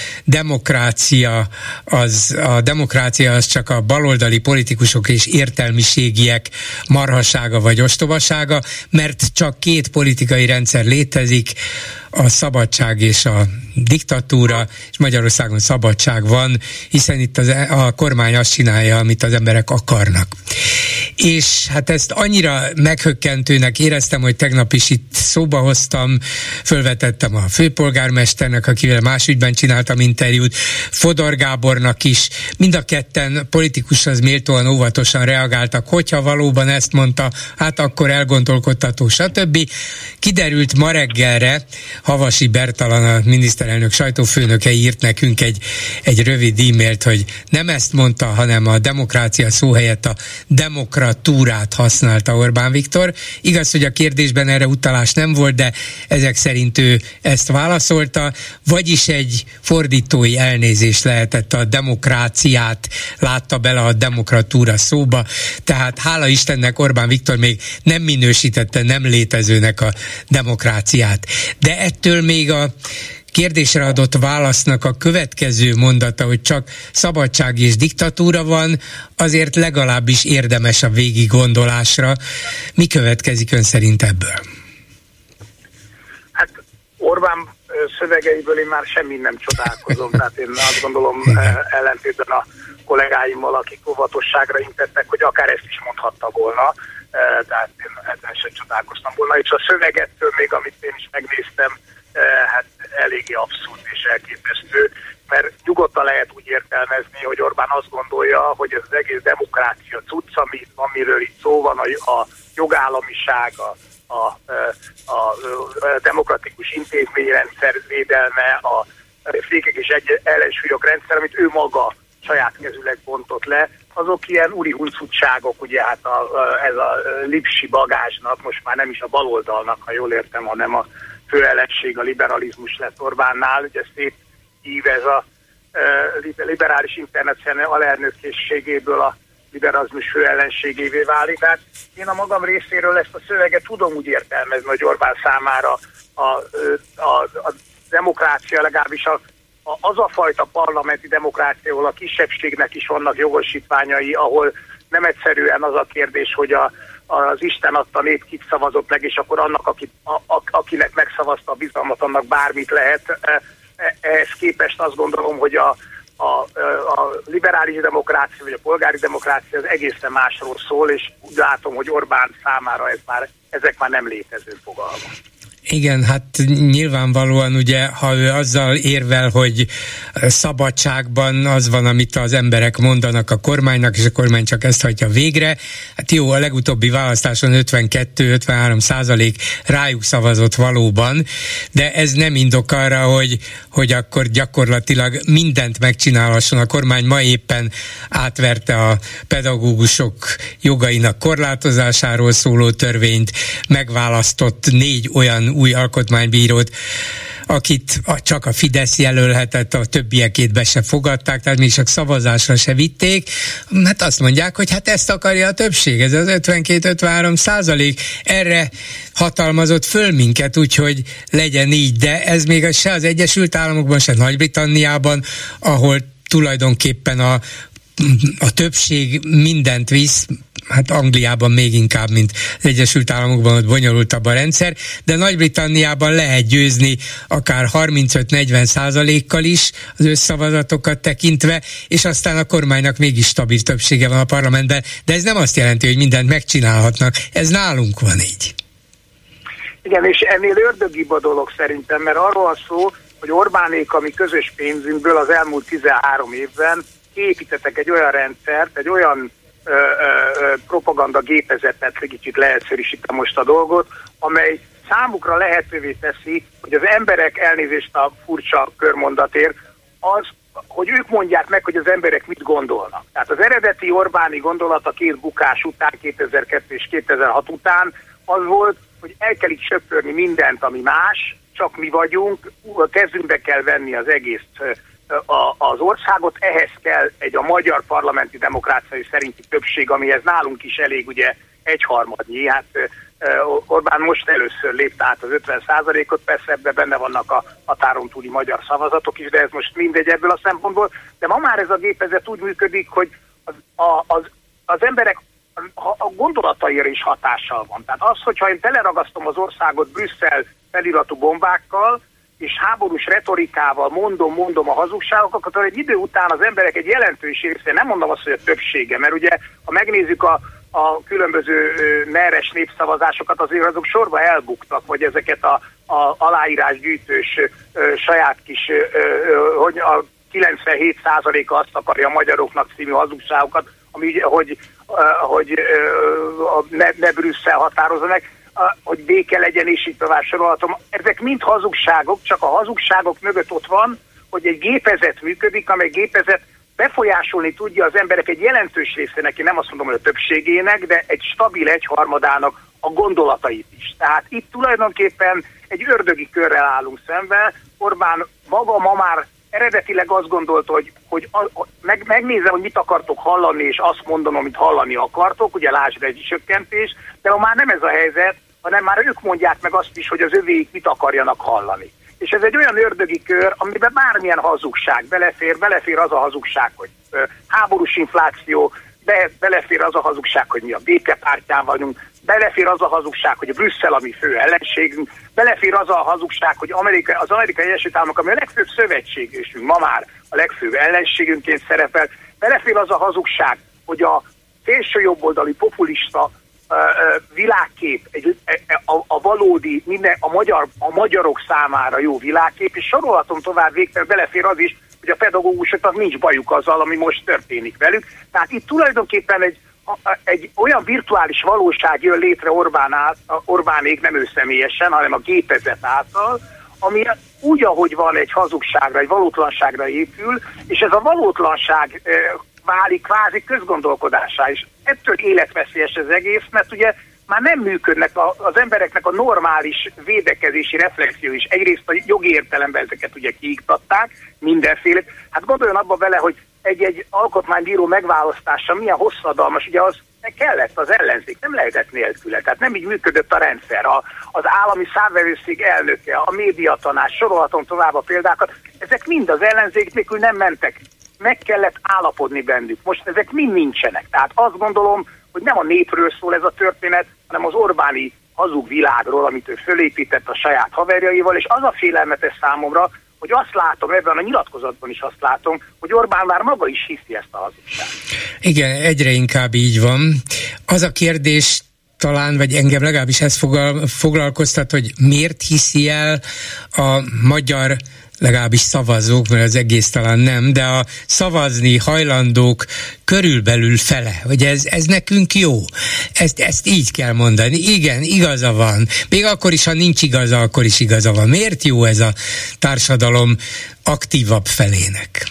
a demokrácia az csak a baloldali politikusok és értelmiségiek marhasága vagy ostobasága, mert csak 2 politikai rendszer létezik, a szabadság és a diktatúra, és Magyarországon szabadság van, hiszen itt a kormány azt csinálja, amit az emberek akarnak. És hát ezt annyira meghökkentőnek éreztem, hogy tegnap is itt szóba hoztam, fölvetettem a főpolgármesternek, akivel más ügyben csináltam interjút, Fodor Gábornak is, mind a ketten politikushoz méltóan óvatosan reagáltak, hogyha valóban ezt mondta, hát akkor elgondolkodtató, stb. Kiderült ma reggelre, Havasi Bertalan, a miniszterelnök sajtófőnöke írt nekünk egy rövid e-mailt, hogy nem ezt mondta, hanem a demokrácia szó helyett a demokratúrát használta Orbán Viktor. Igaz, hogy a kérdésben erre utalás nem volt, de ezek szerint ő ezt válaszolta, vagyis egy fordítói elnézés lehetett, a demokráciát látta bele a demokratúra szóba, tehát hála Istennek Orbán Viktor még nem minősítette nem létezőnek a demokráciát. De ettől még a kérdésre adott válasznak a következő mondata, hogy csak szabadság és diktatúra van, azért legalábbis érdemes a végig gondolásra. Mi következik ön szerint ebből? Hát Orbán szövegeiből én már semmi nem csodálkozom, tehát én azt gondolom ellentétben a kollégáimmal, akik óvatosságra intettek, hogy akár ezt is mondhatta volna, tehát én ezen sem csodálkoztam volna, és a szövegettől még, amit én is megnéztem, hát eléggé abszurd és elképesztő, mert nyugodtan lehet úgy értelmezni, hogy Orbán azt gondolja, hogy ez az egész demokrácia cucc, amiről itt szó van, a jogállamiság, a demokratikus intézményrendszer védelme, a fékek és ellensúlyok rendszer, amit ő maga saját kezüleg bontott le, azok ilyen uri-huncutságok, ugye hát ez a lipsi bagázsnak, most már nem is a baloldalnak, ha jól értem, hanem a főellenség, a liberalizmus lett Orbánnál, ugye széthív ez a liberális internacionális alelnökségéből a liberalizmus főellenségévé válik. Hát én a magam részéről ezt a szöveget tudom úgy értelmezni, hogy Orbán számára a demokrácia, legalábbis az a fajta parlamenti demokrácia, ahol a kisebbségnek is vannak jogosítványai, ahol nem egyszerűen az a kérdés, hogy az Isten adta nép kit szavazott meg, és akkor annak, akinek megszavazta a bizalmat, annak bármit lehet. Ehhez képest azt gondolom, hogy a liberális demokrácia, vagy a polgári demokrácia az egészen másról szól, és úgy látom, hogy Orbán számára ezek már nem létező fogalmak. Igen, hát nyilvánvalóan ugye, ha ő azzal érvel, hogy szabadságban az van, amit az emberek mondanak a kormánynak, és a kormány csak ezt hagyja végre, hát jó, a legutóbbi választáson 52-53% rájuk szavazott valóban, de ez nem indok arra, hogy akkor gyakorlatilag mindent megcsinálhasson. A kormány ma éppen átverte a pedagógusok jogainak korlátozásáról szóló törvényt, megválasztott 4 olyan új alkotmánybírót, akit csak a Fidesz jelölhetett, a többiekét be se fogadták, tehát még csak szavazásra se vitték. Hát azt mondják, hogy hát ezt akarja a többség, ez az 52-53%. Erre hatalmazott föl minket, úgyhogy legyen így, de ez még se az Egyesült Államokban, se Nagy-Britanniában, ahol tulajdonképpen a többség mindent visz, hát Angliában még inkább, mint az Egyesült Államokban, ott bonyolultabb a rendszer, de Nagy-Britanniában lehet győzni akár 35-40%-kal is az összszavazatokat tekintve, és aztán a kormánynak mégis stabil többsége van a parlamentben, de ez nem azt jelenti, hogy mindent megcsinálhatnak, ez nálunk van így. Igen, és ennél ördögibb a dolog szerintem, mert arról van szó, hogy Orbánék a mi közös pénzünkből az elmúlt 13 évben építettek egy olyan rendszert, egy olyan propaganda gépezetet, kicsit leegyszerűsítem most a dolgot, amely számukra lehetővé teszi, hogy az emberek, elnézést a furcsa körmondatért, az, hogy ők mondják meg, hogy az emberek mit gondolnak. Tehát az eredeti Orbáni gondolat a két bukás után, 2002 és 2006 után az volt, hogy el kell itt söpörni mindent, ami más, csak mi vagyunk, kezünkbe kell venni az egész az országot, ehhez kell a magyar parlamenti demokrácia szerinti többség, amihez nálunk is elég ugye egyharmadnyi. Hát Orbán most először lépte át az 50%-ot, persze ebben benne vannak a határon túli magyar szavazatok is, de ez most mindegy ebből a szempontból. De ma már ez a gépezet úgy működik, hogy az emberek a gondolataira is hatással van. Tehát az, hogyha én teleragasztom az országot Brüsszel feliratú bombákkal, és háborús retorikával mondom a hazugságokat, akkor egy idő után az emberek egy jelentős része, nem mondom azt, hogy a többsége, mert ugye, ha megnézzük a különböző neres népszavazásokat, azért azok sorba elbuktak, vagy ezeket a aláírásgyűjtős saját kis, hogy a 97%-a azt akarja a magyaroknak című hazugságokat, ami ugye, hogy ne Brüsszel határozza meg, hogy béke legyen, és így tovább sorolhatom. Ezek mind hazugságok, csak a hazugságok mögött ott van, hogy egy gépezet működik, amely gépezet befolyásolni tudja az emberek egy jelentős részének, én nem azt mondom, hogy a többségének, de egy stabil egyharmadának a gondolatait is. Tehát itt tulajdonképpen egy ördögi körrel állunk szemben. Orbán maga ma már eredetileg azt gondolta, hogy megnézem, hogy mit akartok hallani, és azt mondom, amit hallani akartok, ugye lásd egy csökkentés, de ma már nem ez a helyzet, hanem már ők mondják meg azt is, hogy az övéik mit akarjanak hallani. És ez egy olyan ördögi kör, amiben bármilyen hazugság belefér az a hazugság, hogy háborús infláció, belefér az a hazugság, hogy mi a békepártyán vagyunk, belefér az a hazugság, hogy a Brüsszel a mi fő ellenségünk, belefér az a hazugság, hogy az Amerikai Egyesült Államok, ami a legfőbb szövetségünk, ma már a legfőbb ellenségünként szerepel, belefér az a hazugság, hogy a szélső jobboldali populista világkép, a valódi, a magyarok számára jó világkép, és sorolhatom tovább végtelen, belefér az is, hogy a pedagógusoknak nincs bajuk azzal, ami most történik velük. Tehát itt tulajdonképpen egy olyan virtuális valóság jön létre Orbánék, nem ő személyesen, hanem a gépezet által, ami úgy, ahogy van, egy hazugságra, egy valótlanságra épül, és ez a valótlanság válik kvázi közgondolkodásá is. Ettől életveszélyes az egész, mert ugye már nem működnek az embereknek a normális védekezési reflexió is. Egyrészt a jogi értelemben ezeket ugye kiiktatták, mindenféle. Hát gondoljon abba bele, hogy egy alkotmánybíró megválasztása milyen hosszadalmas, ugye az kellett az ellenzék, nem lehetett nélküle. Tehát nem így működött a rendszer. Az állami számvevőszék elnöke, a médiatanács, sorolhatom tovább a példákat, ezek mind az ellenzék nélkül nem mentek. Meg kellett állapodni bennük. Most ezek mind nincsenek. Tehát azt gondolom, hogy nem a népről szól ez a történet, hanem az Orbáni hazug világról, amit ő fölépített a saját haverjaival, és az a félelmetes számomra, hogy azt látom, ebben a nyilatkozatban is azt látom, hogy Orbán már maga is hiszi ezt a hazugságot. Igen, egyre inkább így van. Az a kérdés talán, vagy engem legalábbis ez foglalkoztat, hogy miért hiszi el a magyar legalábbis szavazók, mert az egész talán nem, de a szavazni hajlandók körülbelül fele, hogy ez nekünk jó. Ezt így kell mondani. Igen, igaza van. Még akkor is, ha nincs igaza, akkor is igaza van. Miért jó ez a társadalom aktívabb felének?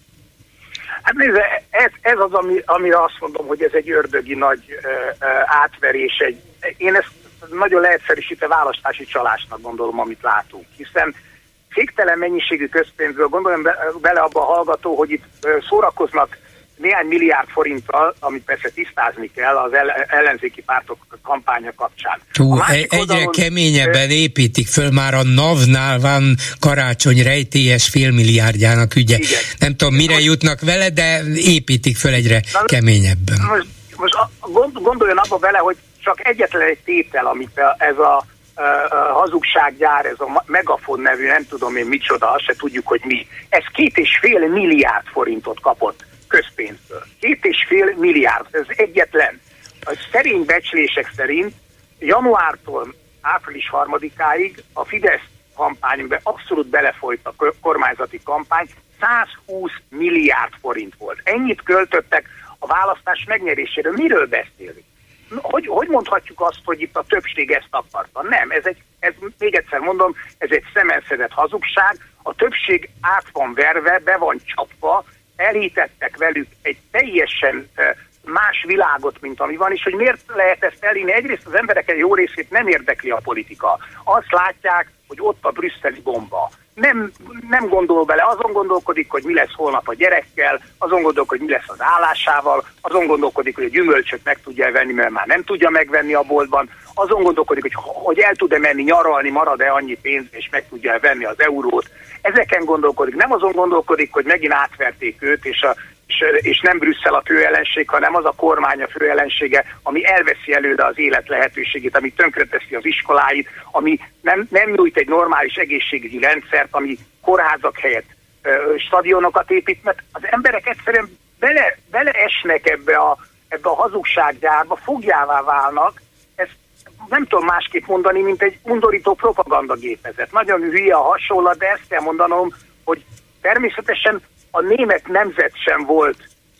Hát nézze, ez az, amire azt mondom, hogy ez egy ördögi nagy átverés. Én ezt nagyon leegyszerűsítve választási csalásnak gondolom, amit látunk, hiszen féktelen mennyiségű közpénzből, gondolom bele abba a hallgató, hogy itt szórakoznak néhány milliárd forinttal, amit persze tisztázni kell az ellenzéki pártok kampánya kapcsán. Egyre keményebben építik föl, már a NAV-nál van Karácsony rejtélyes félmilliárdjának ügye. Igen. Nem tudom, mire jutnak vele, de építik föl egyre keményebben. Most gondoljon abba bele, hogy csak egyetlen egy tétel, amit ez a hazugsággyár, ez a Megafon nevű, nem tudom én micsoda, azt se tudjuk, hogy mi. Ez 2,5 milliárd forintot kapott közpénzből. 2,5 milliárd, ez egyetlen. A szerény becslések szerint januártól április 3-áig a Fidesz kampányban abszolút belefolyt a kormányzati kampány, 120 milliárd forint volt. Ennyit költöttek a választás megnyeréséről. Miről beszélünk? hogy mondhatjuk azt, hogy itt a többség ezt akarta? Nem, ez még egyszer mondom, ez egy szemenszedett hazugság, a többség át van verve, be van csapva, elhitettek velük egy teljesen más világot, mint ami van, és hogy miért lehet ezt elhinni? Egyrészt az emberek egy jó részét nem érdekli a politika. Azt látják, hogy ott a brüsszeli bomba. Nem gondol bele, azon gondolkodik, hogy mi lesz holnap a gyerekkel, azon gondolkodik, hogy mi lesz az állásával, azon gondolkodik, hogy a gyümölcsöt meg tudja venni, mert már nem tudja megvenni a boltban, azon gondolkodik, hogy el tud-e menni nyaralni, marad-e annyi pénz, és meg tudja venni az eurót. Ezeken gondolkodik, nem azon gondolkodik, hogy megint átverték őt, és nem Brüsszel a főellenség, hanem az a kormány a főellensége, ami elveszi előle az élet lehetőségét, ami tönkreteszi az iskoláit, ami nem nyújt egy normális egészségügyi rendszert, ami kórházak helyett stadionokat épít, mert az emberek egyszerűen beleesnek ebbe a hazugsággyárba, fogjává válnak. Ezt nem tudom másképp mondani, mint egy undorító propagandagépezet. Nagyon hülye a hasonlat, de ezt kell mondanom, hogy természetesen a német nemzet sem volt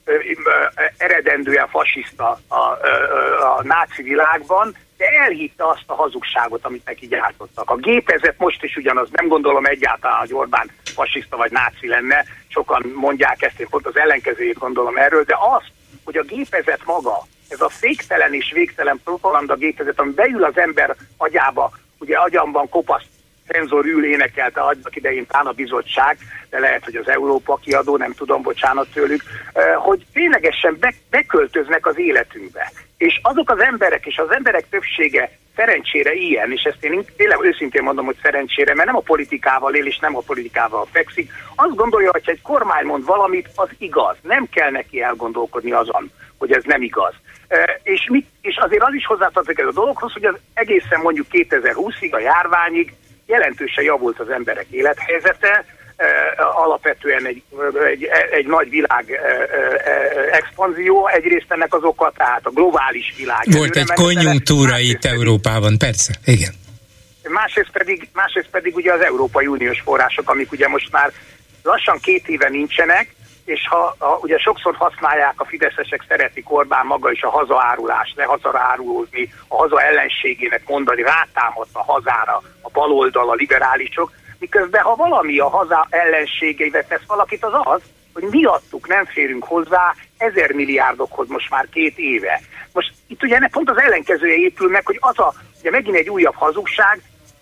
eredendően fasiszta a náci világban, de elhitte azt a hazugságot, amit neki gyártottak. A gépezet most is ugyanaz, nem gondolom egyáltalán, hogy Orbán fasiszta vagy náci lenne, sokan mondják ezt, én pont az ellenkezőjét gondolom erről, de az, hogy a gépezet maga, ez a féktelen és végtelen propaganda gépezet, ami beül az ember agyába, ugye agyamban kopasz szenzor ül, énekelte annak idején talán a bizottság, de lehet, hogy az Európa kiadó, nem tudom, bocsánat tőlük, hogy ténylegesen beköltöznek az életünkbe. És azok az emberek, és az emberek többsége szerencsére ilyen, és ezt én tényleg őszintén mondom, hogy szerencsére, mert nem a politikával él, és nem a politikával fekszik, azt gondolja, hogy egy kormány mond valamit, az igaz. Nem kell neki elgondolkodni azon, hogy ez nem igaz. És azért az is hozzátartozik ez a dologhoz, hogy az egészen mondjuk 2020-ig, a járványig jelentősen javult az emberek élethelyzete, alapvetően egy nagy világ expanzió, egyrészt ennek az oka, tehát a globális világ. Volt egy konjunktúra itt Európában, persze, igen. Másrészt pedig ugye az Európai Uniós források, amik ugye most már lassan 2 éve nincsenek, és ha ugye sokszor használják a fideszesek, szeretik Orbán maga is a hazaárulást, ne hazaárulózni, a haza ellenségének mondani, rátámadt a hazára a baloldal, a liberálisok, miközben ha valami a haza ellenségeivel tesz valakit, az, hogy miattuk nem férünk hozzá 1000 milliárdokhoz most már 2 éve. Most itt ugye pont az ellenkezője épül meg, hogy ugye megint egy újabb hazugság,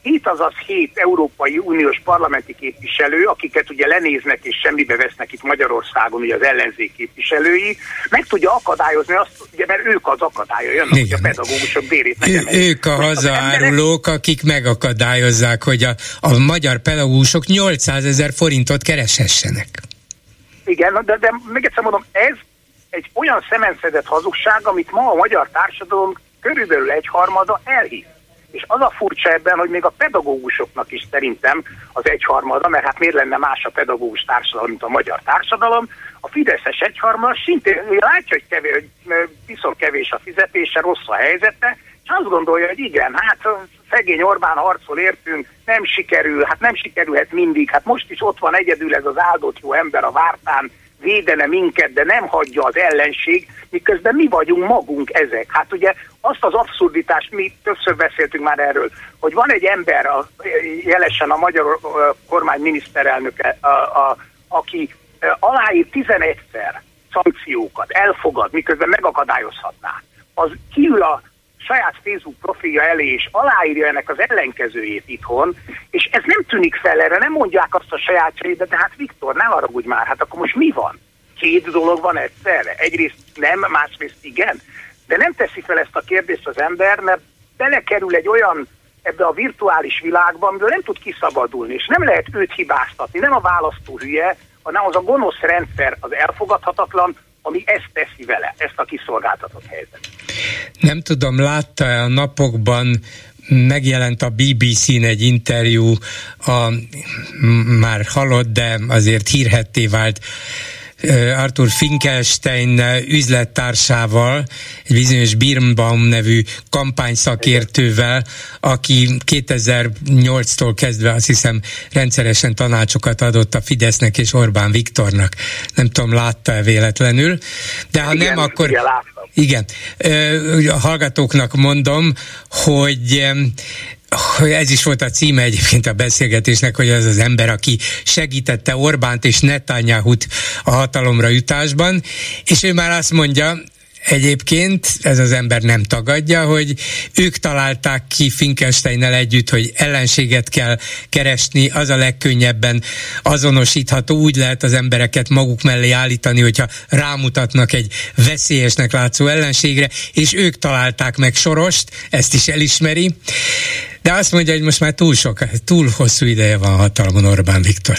7 Európai Uniós parlamenti képviselő, akiket ugye lenéznek és semmibe vesznek itt Magyarországon, ugye az ellenzék képviselői, meg tudja akadályozni azt, ugye, mert ők az akadálya, jönnek, hogy a pedagógusok bérét megemelik. Ők a hazaárulók, akik megakadályozzák, hogy a magyar pedagógusok 800 000 forintot kereshessenek. Igen, de még egyszer mondom, ez egy olyan szemenszedett hazugság, amit ma a magyar társadalom körülbelül 1/3 elhisz. És az a furcsa ebben, hogy még a pedagógusoknak is szerintem az 1/3, mert hát miért lenne más a pedagógus társadalom, mint a magyar társadalom, a fideszes 1/3 szintén látja, hogy viszont kevés a fizetése, rossz a helyzete, és azt gondolja, hogy igen, hát szegény Orbán harcol értünk, nem sikerül, hát nem sikerülhet mindig, hát most is ott van egyedül ez az áldott jó ember a vártán, védene minket, de nem hagyja az ellenség, miközben mi vagyunk magunk ezek. Hát ugye azt az abszurditást, mi többször beszéltünk már erről, hogy van egy ember, jelesen a magyar kormány miniszterelnöke, aki aláír 11-szer szankciókat, elfogad, miközben megakadályozhatná. Az kiül a saját Facebook profilja elé, és aláírja ennek az ellenkezőjét itthon, és ez nem tűnik fel erre, nem mondják azt a sajátjait, de hát Viktor, ne haragudj már, hát akkor most mi van? 2 dolog van egyszerre. Egyrészt nem, másrészt igen. De nem teszi fel ezt a kérdést az ember, mert belekerül egy olyan ebbe a virtuális világba, amiből nem tud kiszabadulni, és nem lehet őt hibáztatni, nem a választó hülye, hanem az a gonosz rendszer, az elfogadhatatlan, ami ezt teszi vele, ezt a kiszolgáltatott helyzetet. Nem tudom, látta-e a napokban, megjelent a BBC-n egy interjú a már halott, de azért hírhedté vált Arthur Finkelstein üzlettársával, egy bizonyos Birnbaum nevű kampányszakértővel, aki 2008-tól kezdve azt hiszem rendszeresen tanácsokat adott a Fidesznek és Orbán Viktornak. Nem tudom, látta-e véletlenül, de ha nem, akkor... Igen, a hallgatóknak mondom, hogy ez is volt a címe egyébként a beszélgetésnek, hogy az az ember, aki segítette Orbánt és Netanyahut a hatalomra jutásban, és ő már azt mondja, egyébként ez az ember nem tagadja, hogy ők találták ki Finkelsteinnel együtt, hogy ellenséget kell keresni, az a legkönnyebben azonosítható, úgy lehet az embereket maguk mellé állítani, hogyha rámutatnak egy veszélyesnek látszó ellenségre, és ők találták meg Sorost, ezt is elismeri, de azt mondja, hogy most már túl hosszú ideje van hatalmon Orbán Viktor.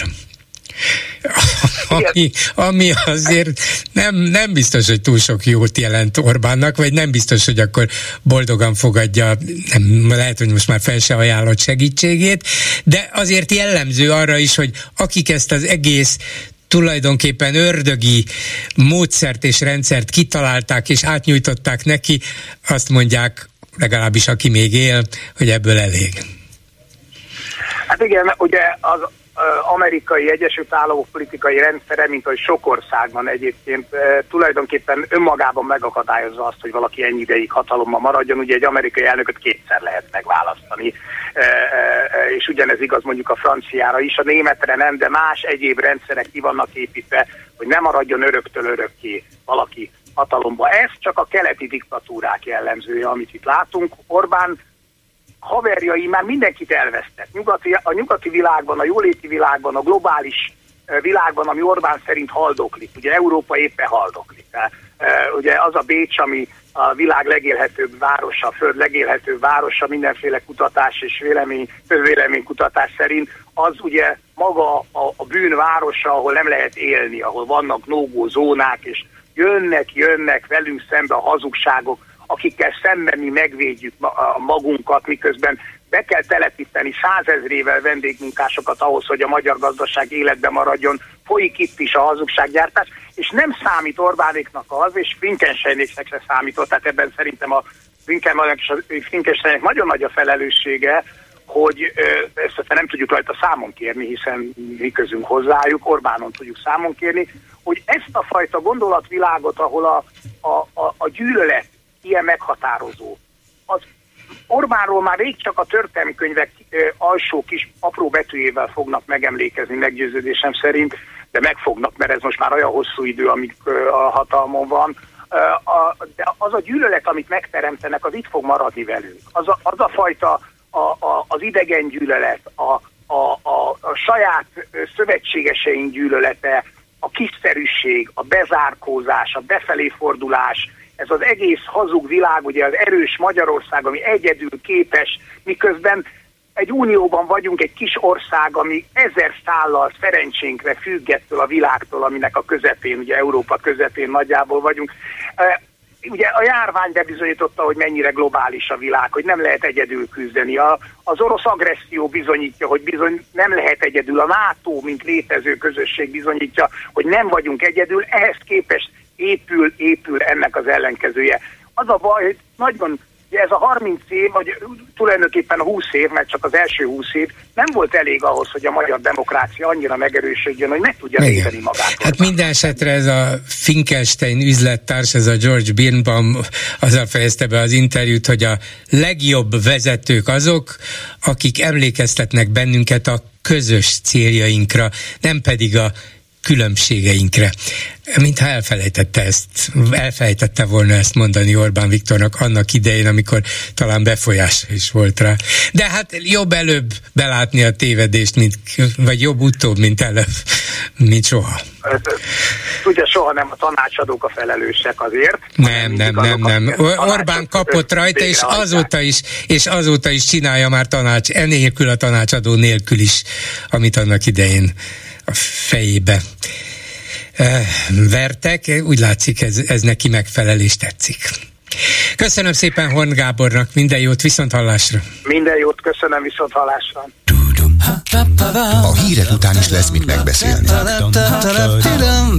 Ami azért nem biztos, hogy túl sok jót jelent Orbánnak, vagy nem biztos, hogy akkor boldogan fogadja, lehet, hogy most már fel se ajánlott segítségét, de azért jellemző arra is, hogy akik ezt az egész tulajdonképpen ördögi módszert és rendszert kitalálták és átnyújtották neki, azt mondják, legalábbis aki még él, hogy ebből elég. Hát igen, ugye az amerikai Egyesült Államok politikai rendszere, mint ahogy sok országban egyébként tulajdonképpen önmagában megakadályozza azt, hogy valaki ennyi ideig hatalommal maradjon. Ugye egy amerikai elnököt kétszer lehet megválasztani, és ugyanez igaz mondjuk a franciára is, a németre nem, de más egyéb rendszerek ki vannak építve, hogy nem maradjon öröktől örökké valaki hatalomba. Ez csak a keleti diktatúrák jellemzője, amit itt látunk. Orbán haverjai már mindenkit elvesztett. A nyugati világban, a jóléti világban, a globális világban, ami Orbán szerint haldoklik. Ugye Európa éppen haldoklik. Ugye az a Bécs, ami a világ legélhetőbb városa, a föld legélhetőbb városa, mindenféle kutatás és közvéleménykutatás szerint, az ugye maga a bűnvárosa, ahol nem lehet élni, ahol vannak no-go zónák, és jönnek velünk szembe a hazugságok, akikkel szemben mi megvédjük magunkat, miközben be kell telepíteni 100 000-ével vendégmunkásokat ahhoz, hogy a magyar gazdaság életben maradjon, folyik itt is a hazugsággyártás, és nem számít Orbánéknak az, és Finkelsteinéknek se számított, tehát ebben szerintem a Finkelsteinnek nagyon nagy a felelőssége, hogy ezt nem tudjuk rajta számon kérni, hiszen mi közünk hozzájuk, Orbánon tudjuk számon kérni, hogy ezt a fajta gondolatvilágot, ahol a gyűlölet ilyen meghatározó. Az Orbánról már rég csak a történelmi könyvek alsó kis apró betűjével fognak megemlékezni, meggyőződésem szerint, de megfognak, mert ez most már olyan hosszú idő, amíg a hatalmon van. De az a gyűlölet, amit megteremtenek, az itt fog maradni velünk. Az a fajta az idegen gyűlölet, a saját szövetségeseink gyűlölete, a kiszerűség, a bezárkózás, a befelé fordulás, ez az egész hazug világ, ugye az erős Magyarország, ami egyedül képes, miközben egy unióban vagyunk, egy kis ország, ami 1000 szállal szerencsénkre függettől a világtól, aminek a közepén, ugye Európa közepén nagyjából vagyunk. Ugye a járvány bebizonyította, hogy mennyire globális a világ, hogy nem lehet egyedül küzdeni. Az orosz agresszió bizonyítja, hogy bizony nem lehet egyedül. A NATO, mint létező közösség bizonyítja, hogy nem vagyunk egyedül. Ehhez képest épül ennek az ellenkezője. Az a baj, hogy nagyon, ez a 30 év, vagy tulajdonképpen a 20 év, mert csak az első 20 év nem volt elég ahhoz, hogy a magyar demokrácia annyira megerősödjön, hogy meg tudja védeni magát. Hát minden esetre ez a Finkelstein üzlettárs, ez a George Birnbaum azzal fejezte be az interjút, hogy a legjobb vezetők azok, akik emlékeztetnek bennünket a közös céljainkra, nem pedig a különbségeinkre. Mintha elfelejtette volna ezt mondani Orbán Viktornak annak idején, amikor talán befolyása is volt rá. De hát jobb előbb belátni a tévedést, vagy jobb utóbb, mint soha. Tudja, soha nem a tanácsadók a felelősek azért. Nem. Orbán kapott rajta, és azóta is csinálja már enélkül a tanácsadó nélkül is, amit annak idején a fejébe vertek. Úgy látszik, ez neki megfelel és tetszik. Köszönöm szépen Horn Gábornak, minden jót, viszonthallásra. Minden jót, köszönöm, viszonthallásra. A hírek után is lesz mit megbeszélni.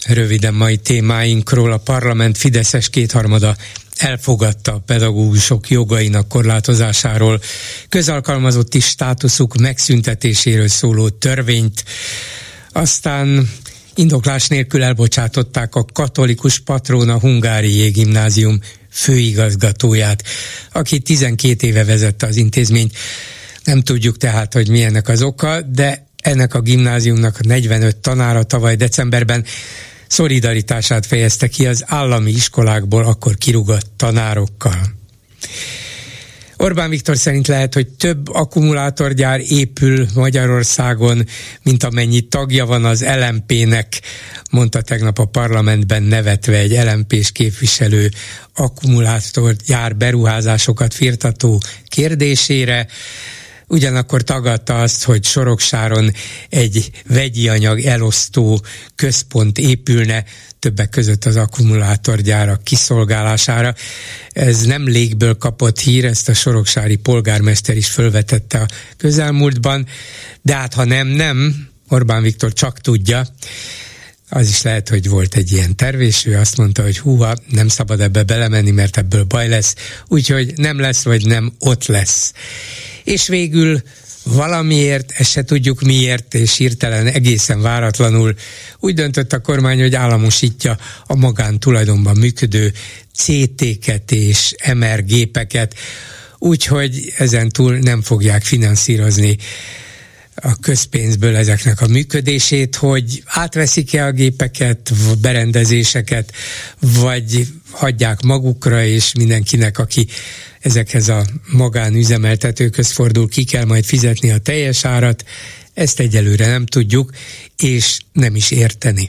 Röviden mai témáinkról: a parlament fideszes kétharmada elfogadta a pedagógusok jogainak korlátozásáról, közalkalmazotti státuszuk megszüntetéséről szóló törvényt, aztán indoklás nélkül elbocsátották a katolikus Patrona Hungárié Gimnázium főigazgatóját, aki 12 éve vezette az intézményt. Nem tudjuk tehát, hogy mi ennek az oka, de ennek a gimnáziumnak 45 tanára tavaly decemberben szolidaritását fejezte ki az állami iskolákból akkor kirúgott tanárokkal. Orbán Viktor szerint lehet, hogy több akkumulátorgyár épül Magyarországon, mint amennyi tagja van az LMP-nek, mondta tegnap a parlamentben nevetve egy LMP-s képviselő akkumulátorgyár beruházásokat firtató kérdésére. Ugyanakkor tagadta azt, hogy Soroksáron egy vegyi anyag elosztó központ épülne, többek között az akkumulátorgyárak kiszolgálására. Ez nem légből kapott hír, ezt a soroksári polgármester is fölvetette a közelmúltban, de hát ha nem, Orbán Viktor csak tudja. Az is lehet, hogy volt egy ilyen terv, és ő azt mondta, hogy húha, nem szabad ebbe belemenni, mert ebből baj lesz, úgyhogy nem lesz, vagy nem ott lesz. És végül valamiért, ezt se tudjuk miért, és hirtelen egészen váratlanul úgy döntött a kormány, hogy államosítja a magántulajdonban működő CT-ket és MR gépeket, úgyhogy ezentúl nem fogják finanszírozni a közpénzből ezeknek a működését, hogy átveszik-e a gépeket, berendezéseket, vagy hagyják magukra, és mindenkinek, aki ezekhez a magánüzemeltetőkhöz fordul, ki kell majd fizetni a teljes árat. Ezt egyelőre nem tudjuk, és nem is érteni.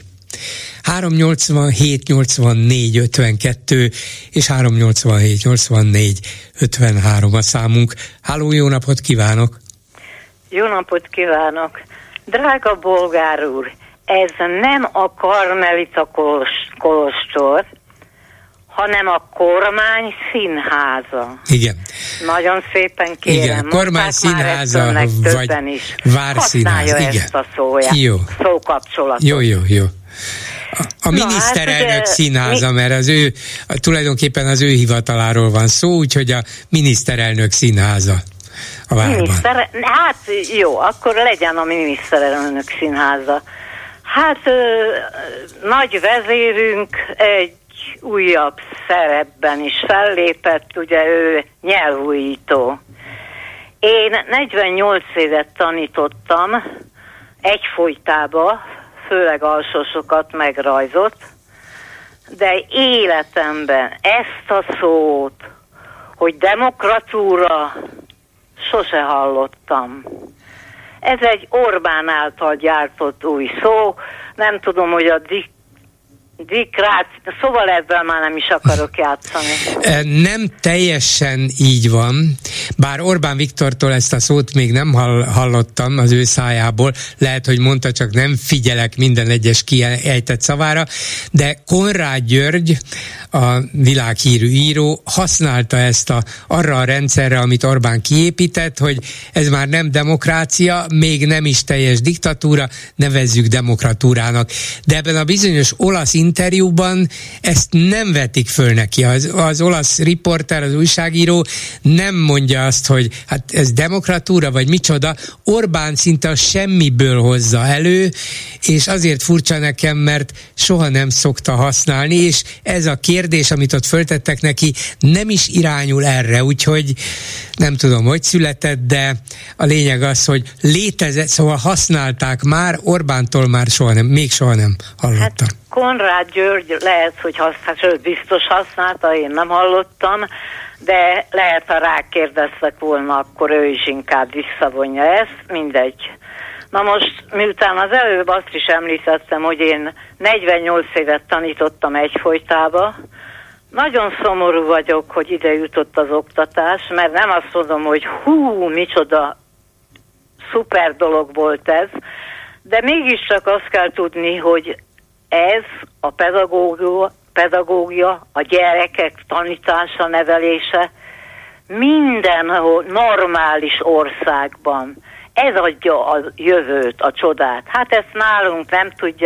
387 84 52 és 387 84 53 a számunk. Háló, jó napot kívánok! Jó napot kívánok! Drága bolgár úr, ez nem a Karmelita kolostor, hanem a kormány színháza. Igen. Nagyon szépen kérem. Igen, kormány színháza, vagy várszínház. Használja ezt a szóját. Jó. Szókapcsolatot. Jó. A miniszterelnök színháza, mert az ő, tulajdonképpen az ő hivataláról van szó, úgyhogy a miniszterelnök színháza a várban. Hát jó, akkor legyen a miniszterelnök színháza. Hát nagy vezérünk egy újabb szerepben is fellépett, ugye ő nyelvújító. Én 48 évet tanítottam egyfolytába, főleg alsósokat, meg rajzot, de életemben ezt a szót, hogy demokratúra, sose hallottam. Ez egy Orbán által gyártott új szó, nem tudom, hogy a szóval ebben már nem is akarok játszani. Nem teljesen így van, bár Orbán Viktortól ezt a szót még nem hallottam az ő szájából, lehet, hogy mondta, csak nem figyelek minden egyes kiejtett szavára, de Konrád György, a világhírű író használta ezt arra a rendszerre, amit Orbán kiépített, hogy ez már nem demokrácia, még nem is teljes diktatúra, nevezzük demokratúrának. De ebben a bizonyos olasz interjúban ezt nem vetik föl neki. Az olasz riporter, az újságíró nem mondja azt, hogy hát ez demokratúra, vagy micsoda. Orbán szinte a semmiből hozza elő, és azért furcsa nekem, mert soha nem szokta használni, és ez a kérdés, amit ott föltettek neki, nem is irányul erre, úgyhogy nem tudom, hogy született, de a lényeg az, hogy létezett, szóval használták már, Orbántól már még soha nem hallottam. Hát Konrád György lehet, hogy sőt, biztos használta, én nem hallottam, de lehet, ha rákérdeztek volna, akkor ő is inkább visszavonja ezt, mindegy. Na most, miután az előbb azt is említettem, hogy én 48 évet tanítottam egyfolytába, nagyon szomorú vagyok, hogy ide jutott az oktatás, mert nem azt mondom, hogy micsoda szuper dolog volt ez, de mégiscsak azt kell tudni, hogy ez a pedagógia, a gyerekek tanítása, nevelése mindenhol normális országban. Ez adja a jövőt, a csodát. Hát ezt nálunk nem tudják,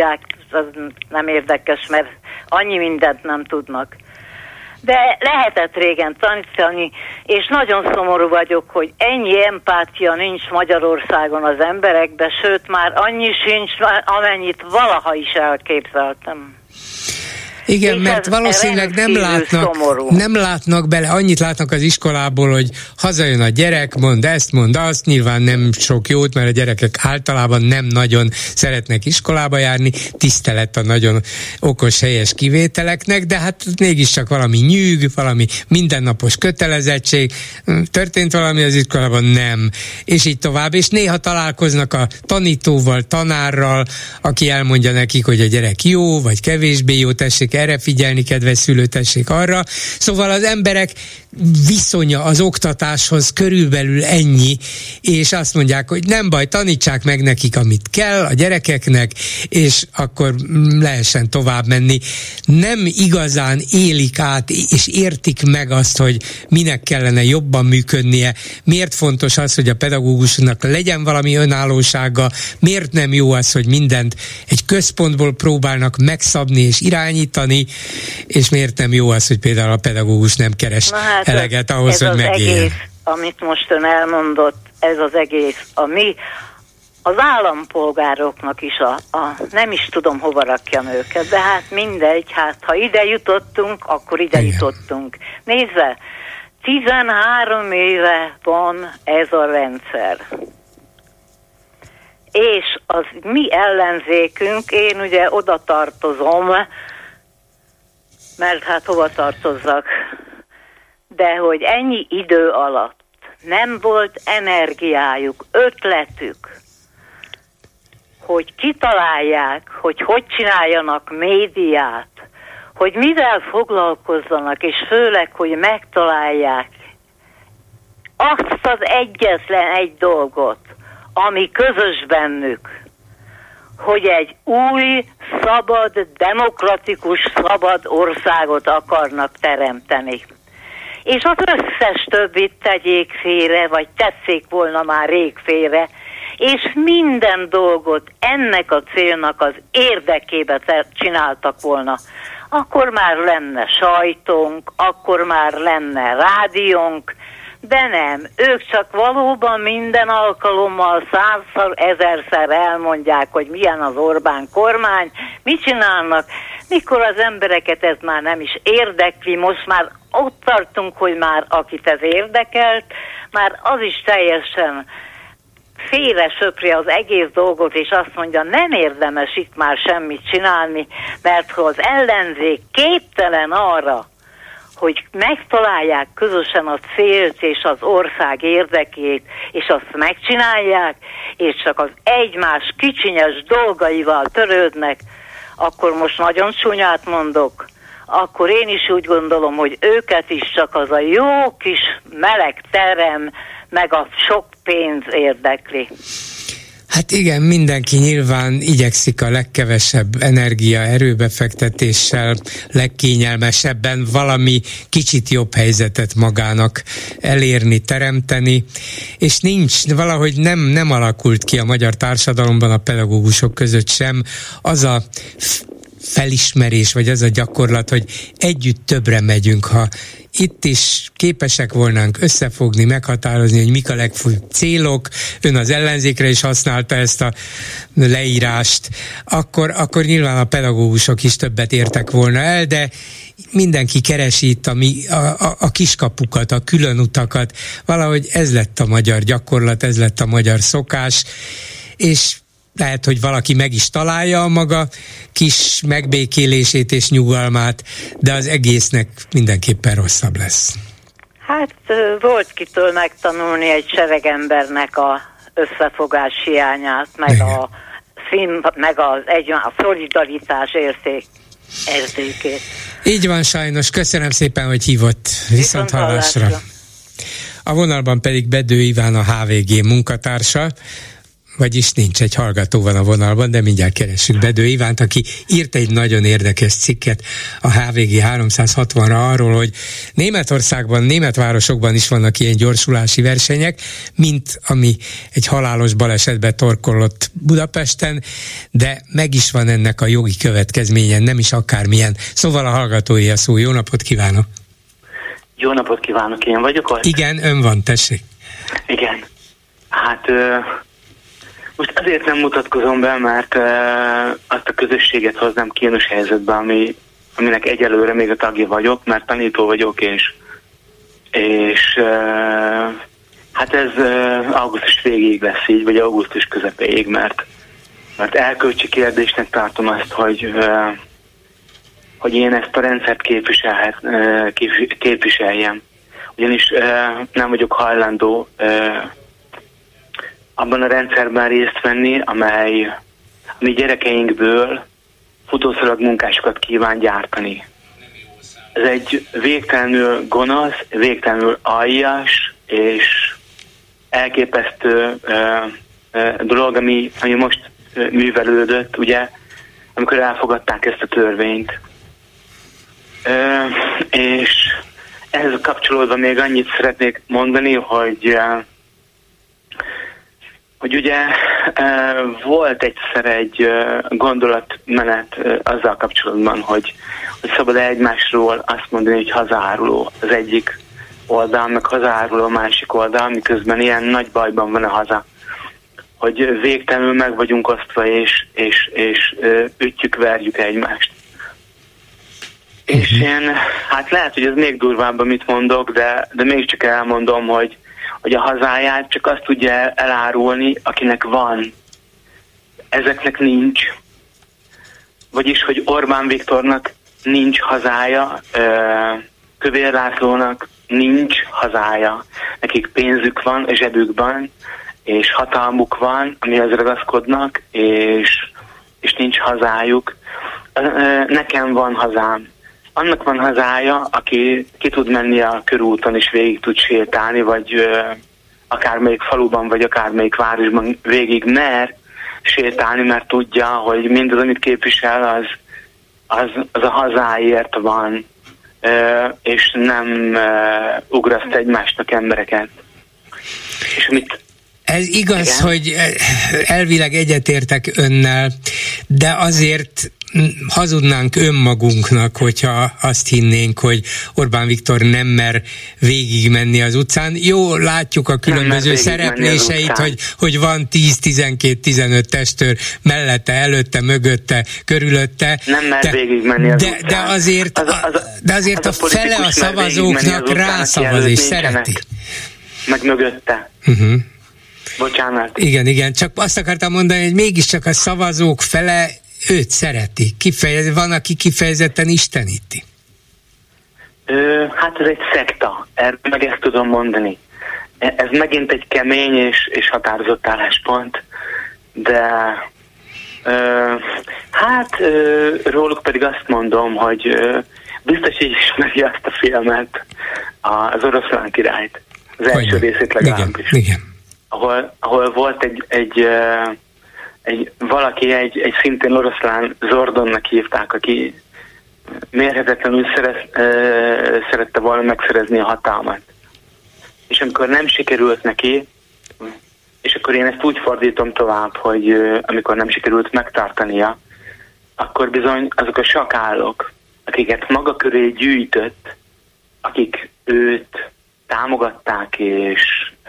az nem érdekes, mert annyi mindent nem tudnak. De lehetett régen tanítani, és nagyon szomorú vagyok, hogy ennyi empátia nincs Magyarországon az emberekben, sőt már annyi sincs, amennyit valaha is elképzeltem. Igen, és mert valószínűleg nem látnak bele, annyit látnak az iskolából, hogy hazajön a gyerek, mond ezt, mond azt, nyilván nem sok jót, mert a gyerekek általában nem nagyon szeretnek iskolába járni, tisztelet a nagyon okos, helyes kivételeknek, de hát mégiscsak valami nyűg, valami mindennapos kötelezettség, történt valami az iskolában, nem. És így tovább, és néha találkoznak a tanítóval, tanárral, aki elmondja nekik, hogy a gyerek jó, vagy kevésbé jó, tessék erre figyelni, kedves szülő, tessék arra. Szóval az emberek viszonya az oktatáshoz körülbelül ennyi, és azt mondják, hogy nem baj, tanítsák meg nekik, amit kell a gyerekeknek, és akkor lehessen tovább menni. Nem igazán élik át, és értik meg azt, hogy minek kellene jobban működnie, miért fontos az, hogy a pedagógusnak legyen valami önállósága, miért nem jó az, hogy mindent egy központból próbálnak megszabni és irányítani, és miért nem jó az, hogy például a pedagógus nem keres eleget ahhoz, hogy megéljen. Egész, amit most ön elmondott, ez az egész, az állampolgároknak is nem is tudom, hova rakjam őket, de hát mindegy, hát ha ide jutottunk, akkor ide jutottunk. Nézze, 13 éve van ez a rendszer. És az mi ellenzékünk, én ugye oda tartozom, mert hát hova tartozzak, de hogy ennyi idő alatt nem volt energiájuk, ötletük, hogy kitalálják, hogy csináljanak médiát, hogy mivel foglalkozzanak, és főleg, hogy megtalálják azt az egyetlen egy dolgot, ami közös bennük, hogy egy új, szabad, demokratikus, szabad országot akarnak teremteni. És az összes többit tegyék félre, vagy tetszék volna már rég félre, és minden dolgot ennek a célnak az érdekébe csináltak volna. Akkor már lenne sajtónk, akkor már lenne rádiónk, de nem, ők csak valóban minden alkalommal 100-szor, 1000-szer elmondják, hogy milyen az Orbán kormány, mit csinálnak, mikor az embereket ez már nem is érdekli, most már ott tartunk, hogy már akit ez érdekelt, már az is teljesen félre söpri az egész dolgot, és azt mondja, nem érdemes itt már semmit csinálni, mert ha az ellenzék képtelen arra, hogy megtalálják közösen a célt és az ország érdekét, és azt megcsinálják, és csak az egymás kicsinyes dolgaival törődnek, akkor most nagyon csúnyát mondok, akkor én is úgy gondolom, hogy őket is csak az a jó kis meleg terem, meg a sok pénz érdekli. Hát igen, mindenki nyilván igyekszik a legkevesebb energia erőbefektetéssel, legkényelmesebben valami kicsit jobb helyzetet magának elérni, teremteni, és valahogy nem alakult ki a magyar társadalomban a pedagógusok között sem az a felismerés, vagy az a gyakorlat, hogy együtt többre megyünk, ha itt is képesek volnánk összefogni, meghatározni, hogy mik a legfőbb célok, ön az ellenzékre is használta ezt a leírást, akkor nyilván a pedagógusok is többet értek volna el, de mindenki keresi itt a kiskapukat, a különutakat, valahogy ez lett a magyar gyakorlat, ez lett a magyar szokás, és lehet, hogy valaki meg is találja a maga kis megbékélését és nyugalmát, de az egésznek mindenképpen rosszabb lesz. Hát volt kitől megtanulni egy seregembernek a összefogás hiányát, meg a szolidaritás érzékét. Így van, sajnos. Köszönöm szépen, hogy hívott. Viszonthallásra. A vonalban pedig Bedő Iván, a HVG munkatársa. Vagyis nincs, egy hallgató van a vonalban, de mindjárt keressük Bedő Ivánt, aki írt egy nagyon érdekes cikket a HVG 360-ra arról, hogy Németországban, németvárosokban is vannak ilyen gyorsulási versenyek, mint ami egy halálos balesetbe torkollott Budapesten, de meg is van ennek a jogi következménye, nem is akármilyen. Szóval a hallgatói a szó. Jó napot kívánok! Jó napot kívánok, én vagyok ott? Igen, ön van, tessék. Igen. Hát most azért nem mutatkozom be, mert azt a közösséget hoznám kínos helyzetbe, aminek egyelőre még a tagja vagyok, mert tanító vagyok, és hát ez augusztus végéig lesz így, vagy augusztus közepéig, mert elkölcsi kérdésnek tartom azt, hogy én ezt a rendszert képviseljem. Ugyanis nem vagyok hajlandó abban a rendszerben részt venni, amely mi gyerekeinkből futószalag munkásokat kíván gyártani. Ez egy végtelenül gonosz, végtelenül aljas és elképesztő dolog, ami most művelődött, ugye, amikor elfogadták ezt a törvényt. És ehhez kapcsolódva még annyit szeretnék mondani, hogy ugye volt egyszer egy gondolatmenet azzal kapcsolatban, hogy szabad-e egymásról azt mondani, hogy hazaáruló az egyik oldal, meg hazaáruló a másik oldal, miközben ilyen nagy bajban van a haza, hogy végtelenül meg vagyunk osztva, és ütjük-verjük egymást. És én, hát lehet, hogy ez még durvább, amit mondok, de mégiscsak elmondom, hogy a hazáját csak azt tudja elárulni, akinek van. Ezeknek nincs. Vagyis, hogy Orbán Viktornak nincs hazája, Kövér Lászlónak nincs hazája. Nekik pénzük van a zsebükben, és hatalmuk van, amihez ragaszkodnak, és nincs hazájuk. Nekem van hazám. Annak van hazája, aki ki tud menni a körúton és végig tud sétálni, vagy akármelyik faluban, vagy akármelyik városban végig mer sétálni, mert tudja, hogy mindaz, amit képvisel, az a hazáért van, és nem ugraszt egymásnak embereket. És amit ez igaz, igen? hogy elvileg egyetértek önnel, de azért hazudnánk önmagunknak, hogyha azt hinnénk, hogy Orbán Viktor nem mer végigmenni az utcán. Jó, látjuk a különböző szerepléseit, hogy van 10-12-15 testőr mellette, előtte, mögötte, körülötte. Nem mer végigmenni az utcán. De azért a fele a szavazóknak rászavaz és szereti. Meg mögötte. Bocsánat. Igen, csak azt akartam mondani, hogy mégiscsak a szavazók fele őt szereti. Van, aki kifejezetten isteníti. Hát ez egy szekta. Meg ezt tudom mondani. Ez megint egy kemény és határozott álláspont, de róluk pedig azt mondom, hogy biztos így ismeri azt a filmet, az Oroszlán királyt. Az első részét legalábbis. Igen. Ahol volt valaki, egy szintén oroszlán, Zordonnak hívták, aki mérhetetlenül szerette volna megszerezni a hatalmat. És amikor nem sikerült neki, és akkor én ezt úgy fordítom tovább, hogy amikor nem sikerült megtartania, akkor bizony azok a sakállok, akiket maga köré gyűjtött, akik őt támogatták és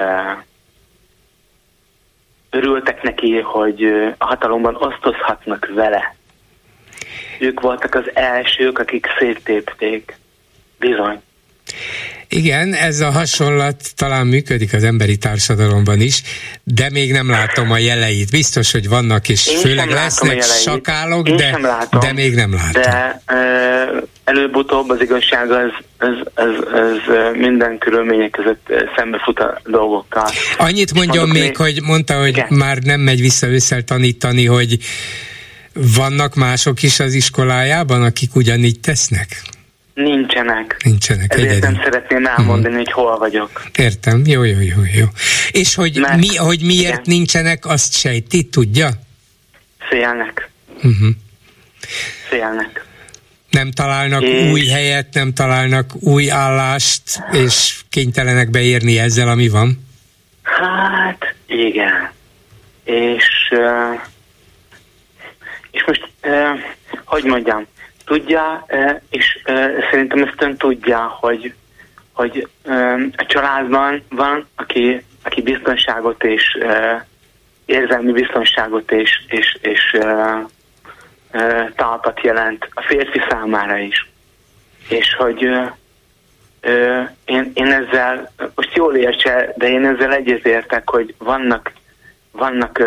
örültek neki, hogy a hatalomban osztozhatnak vele. Ők voltak az elsők, akik széttépték. Bizony. Igen, ez a hasonlat talán működik az emberi társadalomban is, de még nem látom a jeleit. Biztos, hogy vannak, és főleg lesznek sakálok, de még nem látom. De előbb-utóbb az igazság az minden körülmények között szembefut a dolgokkal. Annyit mondjon még, hogy mondta, hogy igen, már nem megy vissza ősszel tanítani, hogy vannak mások is az iskolájában, akik ugyanígy tesznek? Nincsenek. Ezért egyedül. nem szeretném elmondani, hogy hol vagyok. Értem, jó. És hogy miért igen. Nincsenek, azt sejti, tudja? Félnek. Félnek. Nem találnak új helyet, nem találnak új állást, és kénytelenek beérni ezzel, ami van? Hát, igen. És most, hogy mondjam, tudja, és szerintem ezt ön tudja, hogy a családban van, aki biztonságot és érzelmi biztonságot és talpat jelent a férfi számára is. És hogy én ezzel, most jól értse, de én ezzel egyetértek, hogy vannak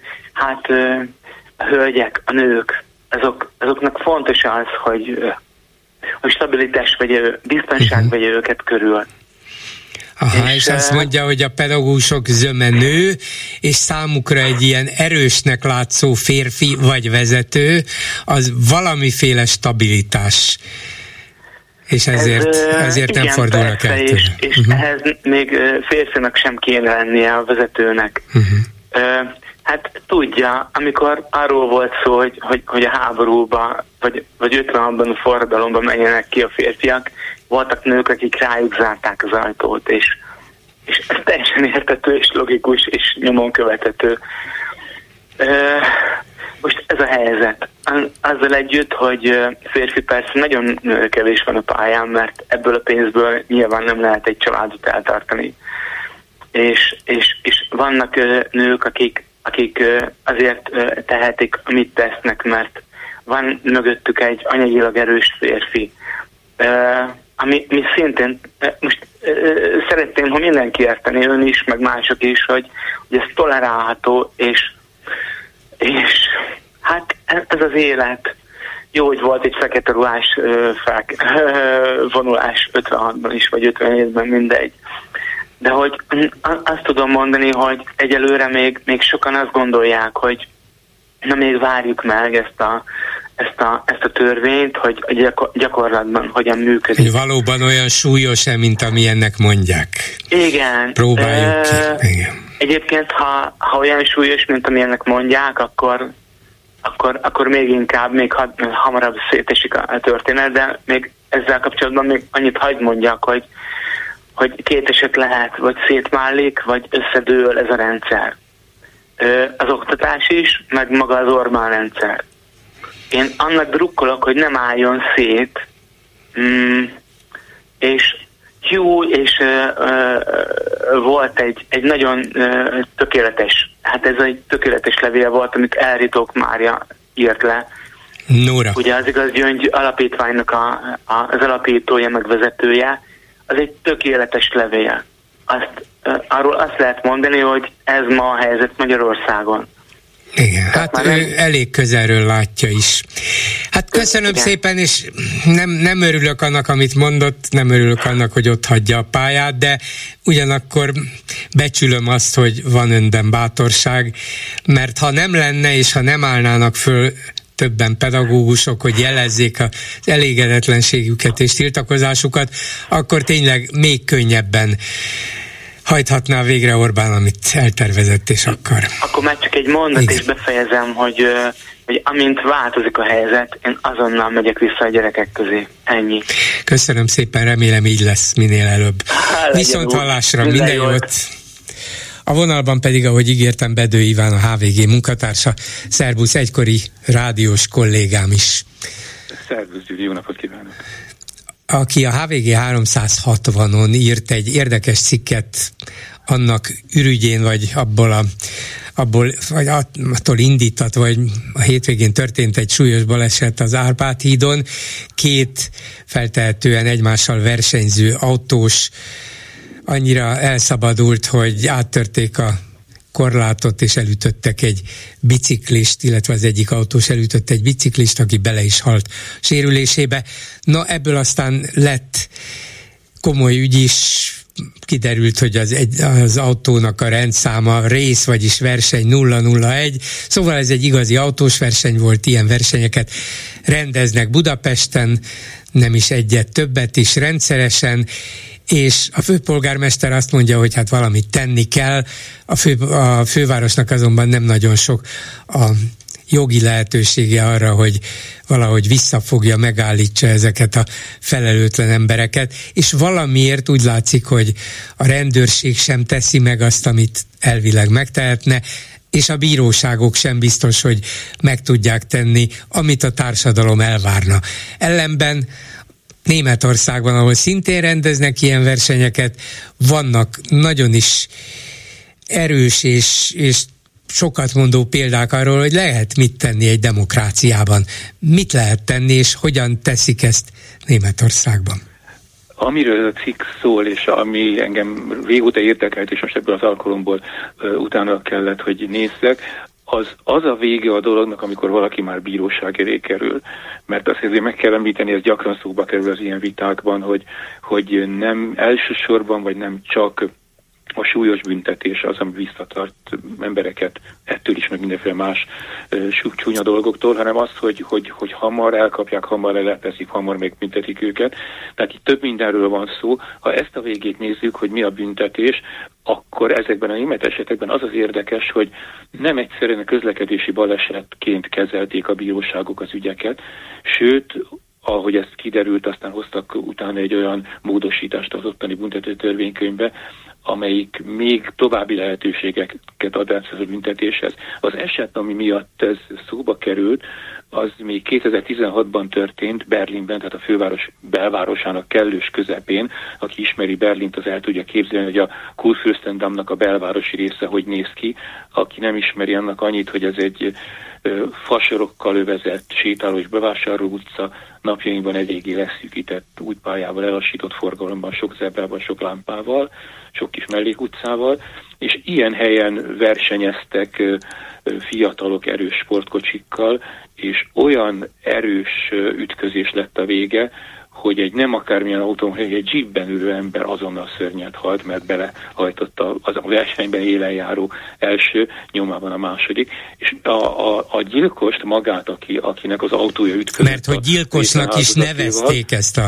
a hölgyek, a nők, azoknak fontos az, hogy stabilitás vagy biztonság vagy őket körül. Aha, és azt mondja, hogy a pedagógusok zöme nő, és számukra egy ilyen erősnek látszó férfi vagy vezető, az valamiféle stabilitás. És ezért igen, nem fordulnak persze, el tőle. És ehhez még férfinak sem kéne lennie a vezetőnek. Hát tudja, amikor arról volt szó, hogy a háborúba, vagy 50-ban a forradalomban menjenek ki a férfiak, voltak nők, akik rájuk zárták az ajtót, és ez teljesen értető, és logikus, és nyomon követhető. Most ez a helyzet. Azzal együtt, hogy férfi persze nagyon kevés van a pályán, mert ebből a pénzből nyilván nem lehet egy családot eltartani. És vannak nők, akik azért tehetik, amit tesznek, mert van mögöttük egy anyagilag erős férfi. Ami szintén, most szeretném, ha mindenki érteni, ön is, meg mások is, hogy ez tolerálható, és hát ez az élet. Jó, hogy volt egy fekete ruhás vonulás 56-ban is, vagy 57-ben, mindegy. De hogy azt tudom mondani, hogy egyelőre még sokan azt gondolják, hogy na még várjuk meg ezt a törvényt, hogy gyakorlatban hogyan működik. Hogy valóban olyan súlyos-e, mint amilyennek mondják. Igen. Próbáljuk ki. Igen. Egyébként, ha olyan súlyos, mint amilyennek mondják, akkor még inkább, még hamarabb szétesik a történet, de még ezzel kapcsolatban még annyit hagyd mondjak, hogy két eset lehet, vagy szétválik, vagy összedől ez a rendszer. Az oktatás is, meg maga az Orbán rendszer. Én annak drukkolok, hogy nem álljon szét, és jó, és volt egy nagyon tökéletes, hát ez egy tökéletes levél volt, amit Elritók Mária írt le. Nóra. Ugye az Igaz Gyöngy alapítványnak az alapítója, meg vezetője, az egy tökéletes levél. Arról azt lehet mondani, hogy ez ma a helyzet Magyarországon. Igen, hát ő elég közelről látja is. Hát köszönöm szépen, és nem örülök annak, amit mondott, nem örülök annak, hogy ott hagyja a pályát, de ugyanakkor becsülöm azt, hogy van önben bátorság, mert ha nem lenne, és ha nem állnának föl többen pedagógusok, hogy jelezzék az elégedetlenségüket és tiltakozásukat, akkor tényleg még könnyebben hajthatná végre Orbán, amit eltervezett és akar. Akkor már csak egy mondat, és befejezem, hogy amint változik a helyzet, én azonnal megyek vissza a gyerekek közé. Ennyi. Köszönöm szépen, remélem így lesz minél előbb. Viszont hallásra, minden jót! A vonalban pedig, ahogy ígértem, Bedő Iván, a HVG munkatársa. Szervusz, egykori rádiós kollégám is. Szervusz, Gyuri, jó napot kívánok! Aki a HVG 360-on írt egy érdekes cikket annak ürügyén, vagy vagy attól indított, vagy a hétvégén történt egy súlyos baleset az Árpád hídon. Két feltehetően egymással versenyző autós annyira elszabadult, hogy áttörték a korlátot, és elütöttek egy biciklist, illetve az egyik autós elütött egy biciklist, aki bele is halt sérülésébe. Na, ebből aztán lett komoly ügy is, kiderült, hogy az autónak a rendszáma rész, vagyis verseny 001, szóval ez egy igazi autós verseny volt, ilyen versenyeket rendeznek Budapesten, nem is egyet, többet is rendszeresen, és a főpolgármester azt mondja, hogy hát valamit tenni kell, a fővárosnak azonban nem nagyon sok a jogi lehetősége arra, hogy valahogy visszafogja, megállítsa ezeket a felelőtlen embereket, és valamiért úgy látszik, hogy a rendőrség sem teszi meg azt, amit elvileg megtehetne, és a bíróságok sem biztos, hogy meg tudják tenni, amit a társadalom elvárna. Ellenben Németországban, ahol szintén rendeznek ilyen versenyeket, vannak nagyon is erős és sokat mondó példák arról, hogy lehet mit tenni egy demokráciában. Mit lehet tenni, és hogyan teszik ezt Németországban? Amiről a cikk szól, és ami engem régóta érdekelt, és most ebből az alkalomból utána kellett, hogy nézzek, az a vége a dolognak, amikor valaki már bíróság elé kerül. Mert azt azért meg kell említeni, ez gyakran szóba kerül az ilyen vitákban, hogy nem elsősorban, vagy nem csak a súlyos büntetés az, ami visszatart embereket ettől is, meg mindenféle más csúnya dolgoktól, hanem az, hogy hamar elkapják, hamar eleteszik, hamar megbüntetik őket. Tehát itt több mindenről van szó. Ha ezt a végét nézzük, hogy mi a büntetés, akkor ezekben a német esetekben az az érdekes, hogy nem egyszerűen a közlekedési balesetként kezelték a bíróságok az ügyeket, sőt, ahogy ez kiderült, aztán hoztak utána egy olyan módosítást az ottani büntető törvénykönyvbe, amelyik még további lehetőségeket ad át a büntetéshez. Az eset, ami miatt ez szóba került, az még 2016-ban történt Berlinben, tehát a főváros belvárosának kellős közepén. Aki ismeri Berlint, az el tudja képzelni, hogy a Kurfürstendammnak a belvárosi része hogy néz ki. Aki nem ismeri, annak annyit, hogy ez egy fasorokkal övezett sétáló és bevásárló utca, napjainkban eléggé leszűkített útpályával, elassított forgalomban, sok zebrával, sok lámpával, sok kis mellékutcával, és ilyen helyen versenyeztek fiatalok erős sportkocsikkal, és olyan erős ütközés lett a vége, hogy egy nem akármilyen autón, egy jeepben ülő ember azonnal szörnyet halt, mert belehajtotta az a versenyben élen járó első, nyomában a második, és a gyilkost magát, akinek az autója ütközött. Mert hogy gyilkosnak is nevezték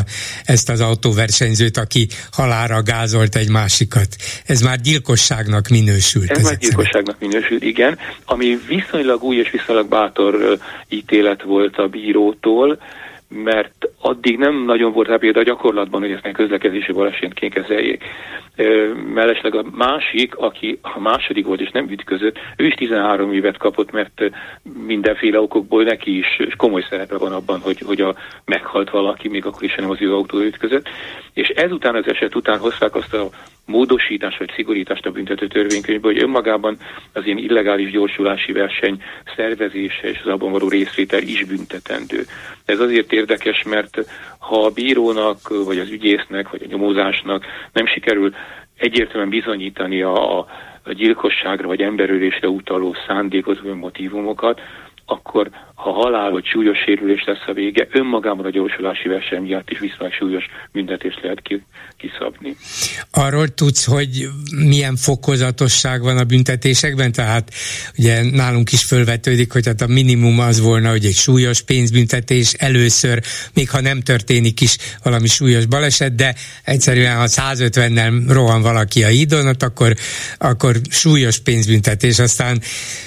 ezt az autóversenyzőt, aki halálra gázolt egy másikat. Ez már gyilkosságnak minősült. Ez már gyilkosságnak minősült, igen. Ami viszonylag új és viszonylag bátor ítélet volt a bírótól, mert addig nem nagyon volt rá például a gyakorlatban, hogy ezt közlekedési balesetként kezeljék. Mellesleg a másik, aki a második volt és nem ütközött, ő is 13 évet kapott, mert mindenféle okokból neki is komoly szerepe van abban, hogy meghalt valaki, még akkor is nem az ő autó ütközött. És ezután, az eset után hozták azt a módosítást vagy szigorítást a büntető törvénykönyvbe, hogy önmagában az ilyen illegális gyorsulási verseny szervezése és az abban való részvétel is büntetendő. Ez azért érdekes, mert ha a bírónak, vagy az ügyésznek, vagy a nyomozásnak nem sikerül egyértelműen bizonyítani a gyilkosságra vagy emberölésre utaló szándékot vagy motívumokat, akkor ha halál vagy súlyos sérülés lesz a vége, önmagában a gyorsulási verseny miatt is viszonylag súlyos büntetést lehet kiszabni. Arról tudsz, hogy milyen fokozatosság van a büntetésekben? Tehát ugye nálunk is fölvetődik, hogy hát a minimum az volna, hogy egy súlyos pénzbüntetés először, még ha nem történik is valami súlyos baleset, de egyszerűen ha 150-nel rohan valaki a hídon, akkor súlyos pénzbüntetés, aztán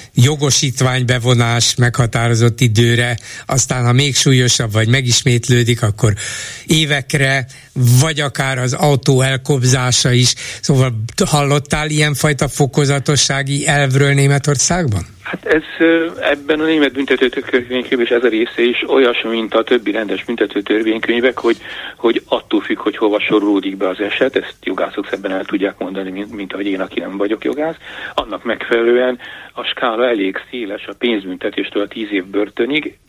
jogosítványbevonás meghatározott időre, aztán ha még súlyosabb vagy megismétlődik, akkor évekre, vagy akár az autó elkobzása is. Szóval hallottál ilyenfajta fokozatossági elvről Németországban? Hát ez ebben a német büntetőtörvénykönyvben is ez a része is olyasmi, mint a többi rendes büntetőtörvénykönyvek, hogy attól függ, hogy hova sorolódik be az eset, ezt jogászok szebben el tudják mondani, mint ahogy én, aki nem vagyok jogász. Annak megfelelően a skála elég széles, a pénzbüntetéstől a 10 év börtönig,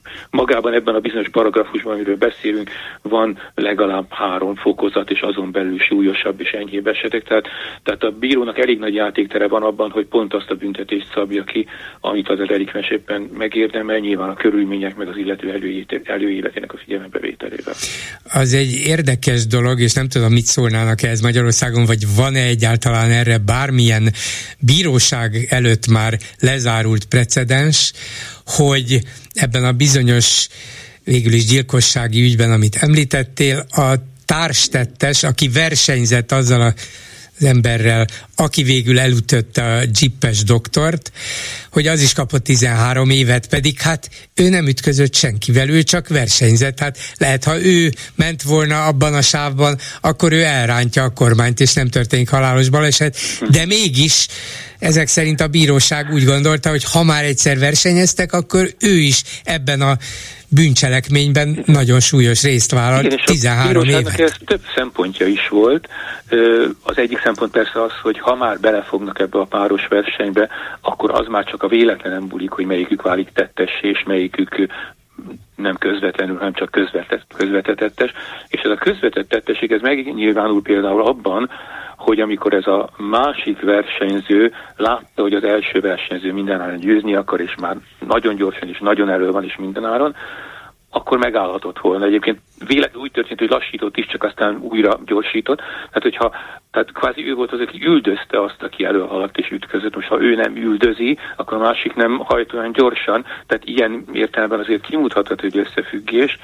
magában ebben a bizonyos paragrafusban, amiről beszélünk, van legalább 3 fokozat, és azon belül súlyosabb és enyhébb esetek. Tehát a bírónak elég nagy játéktere van abban, hogy pont azt a büntetést szabja ki, amit az delikvens éppen megérdemel, nyilván a körülmények meg az illető előéletének a figyelembevételével. Az egy érdekes dolog, és nem tudom, mit szólnának ehhez Magyarországon, vagy van-e egyáltalán erre bármilyen bíróság előtt már lezárult precedens, hogy ebben a bizonyos végül is gyilkossági ügyben, amit említettél, a társtettes, aki versenyzett azzal az emberrel, aki végül elütötte a dzsippes doktort, hogy az is kapott 13 évet, pedig hát ő nem ütközött senkivel, ő csak versenyzett. Hát lehet, ha ő ment volna abban a sávban, akkor ő elrántja a kormányt, és nem történik halálos baleset, de mégis ezek szerint a bíróság úgy gondolta, hogy ha már egyszer versenyeztek, akkor ő is ebben a bűncselekményben nagyon súlyos részt vállalt. Igen, 13 évet. Ez több szempontja is volt. Az egyik szempont persze az, hogy ha már belefognak ebbe a páros versenybe, akkor az már csak a véletlenen múlik, hogy melyikük válik tettessé, és melyikük nem közvetlenül, hanem csak közvetetettes. És ez a közvetetettesség, ez megnyilvánul például abban, hogy amikor ez a másik versenyző látta, hogy az első versenyző mindenáron győzni akar, és már nagyon gyorsan és nagyon elő van is mindenáron, akkor megállhatott volna. Egyébként véletlenül úgy történt, hogy lassított is, csak aztán újra gyorsított. Tehát kvázi ő volt az, aki üldözte azt, aki előhaladt és ütközött. Most ha ő nem üldözi, akkor a másik nem hajt olyan gyorsan. Tehát ilyen értelemben azért kimutatható egy összefüggés.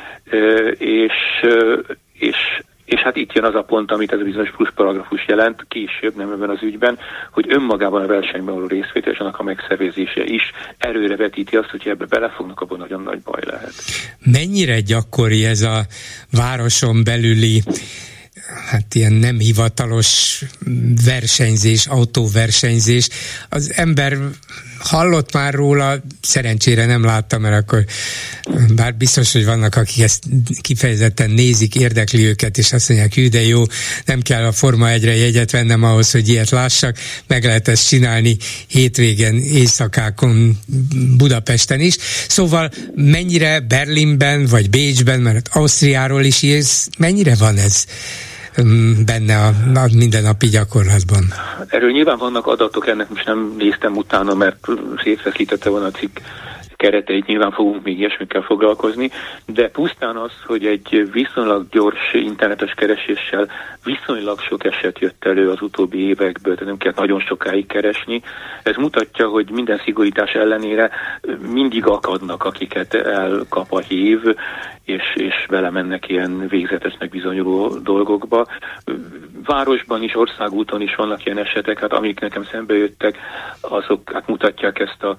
És hát itt jön az a pont, amit ez a bizonyos plusz paragrafus jelent, később, nem ebben az ügyben, hogy önmagában a versenyben való részvétel és annak a megszervezése is erőre vetíti azt, hogy ebbe belefognak, abban nagyon nagy baj lehet. Mennyire gyakori ez a városon belüli, hát ilyen nem hivatalos versenyzés, autóversenyzés? Az ember hallott már róla, szerencsére nem láttam, mert akkor bár biztos, hogy vannak, akik ezt kifejezetten nézik, érdekli őket, és azt mondják, hű, de jó, nem kell a Forma 1-re jegyet vennem ahhoz, hogy ilyet lássak, meg lehet ezt csinálni hétvégen, éjszakákon, Budapesten is. Szóval mennyire Berlinben, vagy Bécsben, mert Ausztriáról is írsz, mennyire van ez benne a mindennapi gyakorlatban? Erről nyilván vannak adatok, ennek most nem néztem utána, mert szétfeszítette volna a cikk kereteit, nyilván fogunk még ilyesmikkel foglalkozni, de pusztán az, hogy egy viszonylag gyors internetes kereséssel viszonylag sok eset jött elő az utóbbi évekből, tehát nem kellett nagyon sokáig keresni. Ez mutatja, hogy minden szigorítás ellenére mindig akadnak, akiket elkap a hív, és vele mennek ilyen végzetesnek bizonyuló dolgokba. Városban is, országúton is vannak ilyen esetek, hát amik nekem szembe jöttek, azok hát mutatják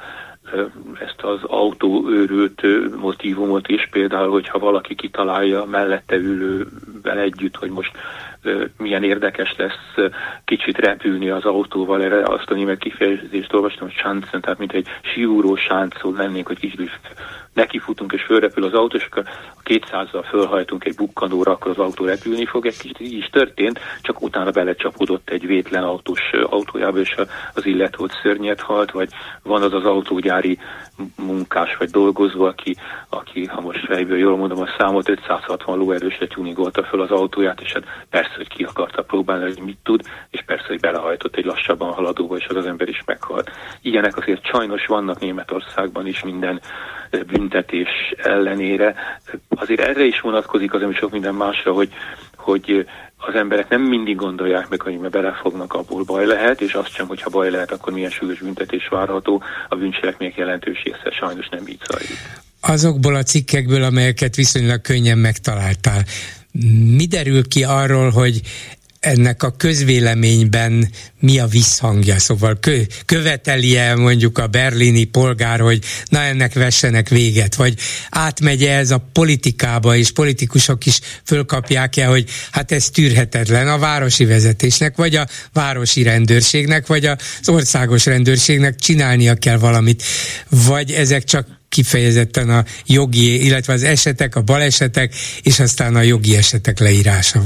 ezt az autóőrült motívumot is, például, hogyha valaki kitalálja mellette ülővel együtt, hogy most milyen érdekes lesz kicsit repülni az autóval, erre azt a német kifejezést olvastam, hogy Schanzen, tehát mint egy síúró sáncon lennénk, hogy kicsit nekifutunk és fölrepül az autó, és akkor a 200-zal fölhajtunk egy bukkanóra, akkor az autó repülni fog. Egy kicsit így is történt, csak utána belecsapódott egy vétlen autós autójába, és az illető ott szörnyet halt, vagy van az az autógyári munkás vagy dolgozó, aki ha most fejből jól mondom a számot, 560 lóerősre tuningolta föl az autóját, és hát persze, hogy ki akarta próbálni, hogy mit tud, és persze, hogy belehajtott egy lassabban haladóba, és az ember is meghalt. Ilyenek azért sajnos vannak Németországban is minden büntetés ellenére. Azért erre is vonatkozik az, ami sok minden másra, hogy az emberek nem mindig gondolják meg, hogy belefognak, abból baj lehet, és azt sem, hogyha baj lehet, akkor milyen súlyos büntetés várható, a bűncselekmények jelentős része sajnos nem így zajlik. Azokból a cikkekből, amelyeket viszonylag könnyen megtaláltál, mi derül ki arról, hogy ennek a közvéleményben mi a visszhangja? Szóval követeli-e mondjuk a berlini polgár, hogy na ennek vessenek véget? Vagy átmegy-e ez a politikába, és politikusok is fölkapják-e, hogy hát ez tűrhetetlen a városi vezetésnek, vagy a városi rendőrségnek, vagy az országos rendőrségnek csinálnia kell valamit? Vagy ezek csak kifejezetten a jogi, illetve az esetek, a balesetek, és aztán a jogi esetek leírása volt?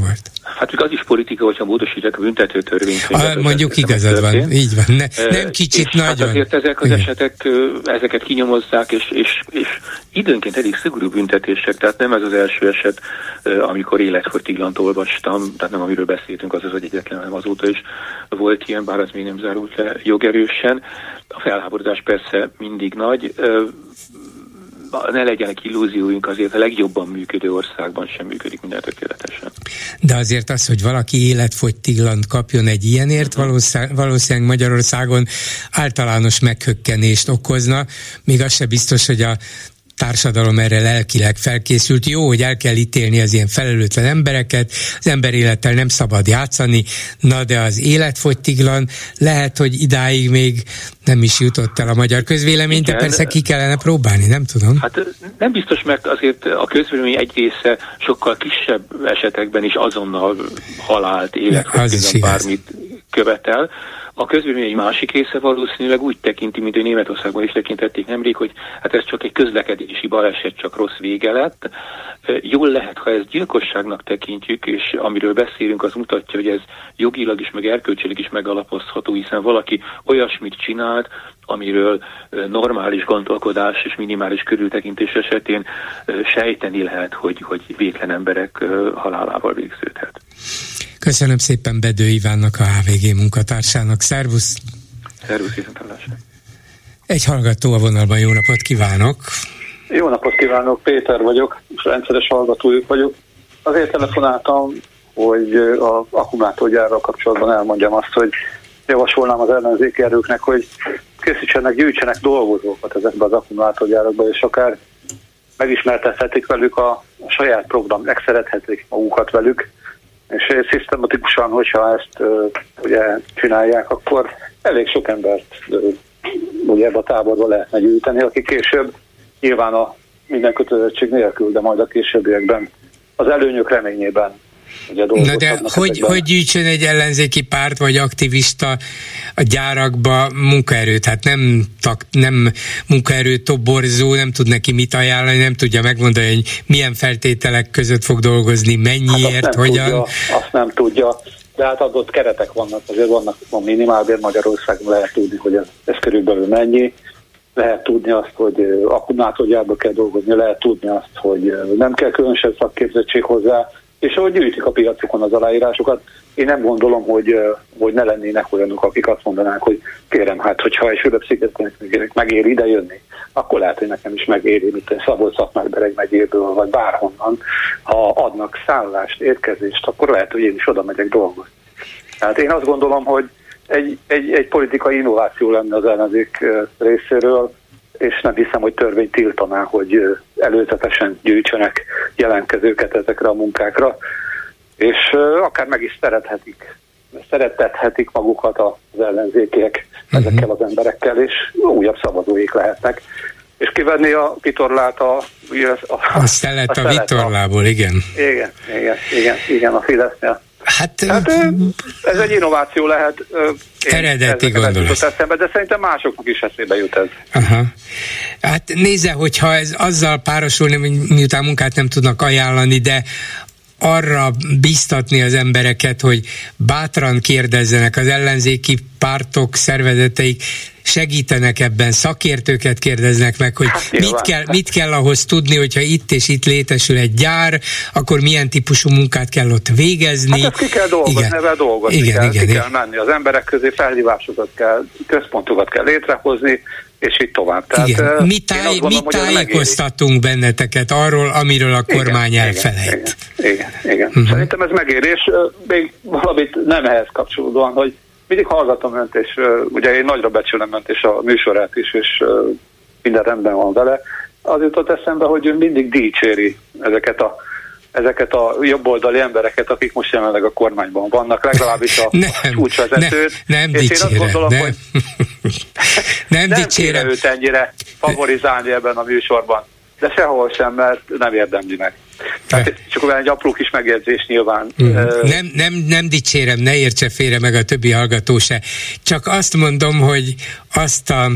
Hát az is politika, hogyha módosítják a büntető törvénykönyvet. Mondjuk igazad van, így van. Nem kicsit, nagyon. Hát azért ezek az esetek, ezeket kinyomozzák, és időnként elég szigorú büntetések, tehát nem ez az első eset, amikor életfogytiglant olvastam, tehát nem amiről beszéltünk, az az egyetlen, hanem azóta is volt ilyen, bár az még nem zárult le jogerősen. A felháborodás persze mindig nagy, ne legyenek illúzióink, azért a legjobban működő országban sem működik minden tökéletesen. De azért az, hogy valaki életfogytiglant kapjon egy ilyenért, valószínűleg Magyarországon általános meghökkenést okozna, még az se biztos, hogy a társadalom erre lelkileg felkészült. Jó, hogy el kell ítélni az ilyen felelőtlen embereket, az ember élettel nem szabad játszani, na de az életfogytiglan lehet, hogy idáig még nem is jutott el a magyar közvélemény, de persze ki kellene próbálni, nem tudom. Hát nem biztos, mert azért a közvélemény egy része sokkal kisebb esetekben is azonnal halált, életfogytiglan bármit követel. A közvélemény egy másik része valószínűleg úgy tekinti, mint hogy Németországban is tekintették nemrég, hogy hát ez csak egy közlekedési baleset, csak rossz vége lett. Jól lehet, ha ezt gyilkosságnak tekintjük, és amiről beszélünk, az mutatja, hogy ez jogilag is, meg erkölcsileg is megalapozható, hiszen valaki olyasmit csinált, amiről normális gondolkodás és minimális körültekintés esetén sejteni lehet, hogy vétlen emberek halálával végződhet. Köszönöm szépen Bedő Ivánnak, a HVG munkatársának. Szervusz! Szervusz, viszontlátásra! Egy hallgató a vonalban, jó napot kívánok! Jó napot kívánok, Péter vagyok, és rendszeres hallgatójuk vagyok. Azért telefonáltam, hogy az akkumulátorgyárral kapcsolatban elmondjam azt, hogy javasolnám az ellenzéki erőknek, hogy gyűjtsenek dolgozókat ezekbe az akkumulátorgyárakba, és akár megismertethetik velük a saját program, megszerethetik magukat velük, és szisztematikusan, hogyha ezt ugye csinálják, akkor elég sok embert ugye ebbe a táborba lehetne gyűjteni, aki később nyilván a minden kötelezettség nélkül, de majd a későbbiekben az előnyök reményében ugye dolgozhatnak. Na de hogy gyűjtsön egy ellenzéki párt vagy aktivista a gyárakba munkaerőt? Hát nem munkaerő toborzó, nem tud neki mit ajánlani, nem tudja megmondani, hogy milyen feltételek között fog dolgozni, mennyiért, hát hogyan. Azt nem tudja, de hát adott keretek vannak, azért van minimálbér Magyarországon, lehet tudni, hogy ez körülbelül mennyi. Lehet tudni azt, hogy akkumulátorgyárba kell dolgozni, lehet tudni azt, hogy nem kell különösebb szakképzettség hozzá, és ahogy gyűjtik a piacokon az aláírásokat, én nem gondolom, hogy ne lennének olyanok, akik azt mondanák, hogy kérem, hát hogyha egy Fülöp-szigetek megér ide jönni, akkor lehet, hogy nekem is megéri, mint egy Szabolcs-Szatmár-Bereg megyéből, vagy bárhonnan, ha adnak szállást, érkezést, akkor lehet, hogy én is oda megyek dolgozni. Tehát én azt gondolom, hogy egy politikai innováció lenne az ellenzék részéről, és nem hiszem, hogy törvény tiltaná, hogy előzetesen gyűjtsenek jelentkezőket ezekre a munkákra, és akár meg is szeretethetik magukat az ellenzékiek ezekkel az emberekkel, és újabb szavazóik lehetnek. És kivenni a vitorlát a szelet a vitorlából, igen. Igen, a Fidesznél. Hát ez egy innováció lehet. Eredeti gondolat. De szerintem másoknak is eszébe jut ez. Aha. Hát nézze, hogyha ez azzal párosulni, hogy miután munkát nem tudnak ajánlani, de arra biztatni az embereket, hogy bátran kérdezzenek, az ellenzéki pártok, szervezeteik segítenek ebben, szakértőket kérdeznek meg, hogy mit kell ahhoz tudni, hogyha itt és itt létesül egy gyár, akkor milyen típusú munkát kell ott végezni. Hát ezt ki kell dolgozni, ebben dolgozni kell menni az emberek közé, felhívásokat kell, központokat kell létrehozni, és így tovább. Tehát, mi tájékoztatunk benneteket arról, amiről a kormány elfelejt. Igen. Szerintem ez megér, és még valamit nem ehhez kapcsolódóan, hogy mindig hallgatom önt, és ugye én nagyra becsülöm önt, és a műsorát is, és minden rendben van vele. Az jutott eszembe, hogy ő mindig dicséri ezeket a jobboldali embereket, akik most jelenleg a kormányban vannak, legalábbis a csúcsvezetőt. Nem és dicsérem, én azt gondolom, hogy nem kéne őt ennyire favorizálni ebben a műsorban, de sehol sem, mert nem érdemli meg. Tehát csak olyan egy apró kis megjegyzés nyilván. Nem dicsérem, ne értse félre meg a többi hallgató se. Csak azt mondom, hogy azt a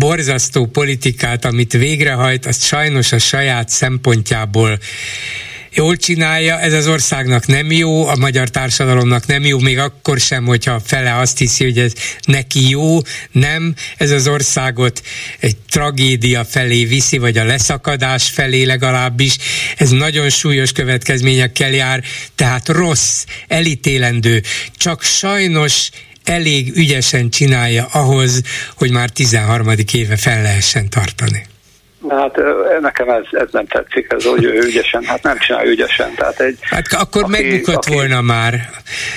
borzasztó politikát, amit végrehajt, azt sajnos a saját szempontjából jól csinálja, ez az országnak nem jó, a magyar társadalomnak nem jó, még akkor sem, hogyha fele azt hiszi, hogy ez neki jó, nem, ez az országot egy tragédia felé viszi, vagy a leszakadás felé legalábbis, ez nagyon súlyos következményekkel jár, tehát rossz, elítélendő, csak sajnos elég ügyesen csinálja ahhoz, hogy már 13. éve fel lehessen tartani. Hát nekem ez nem tetszik, ez, hogy ő ügyesen, hát nem csinálja ügyesen. Tehát hát akkor megbukott volna már.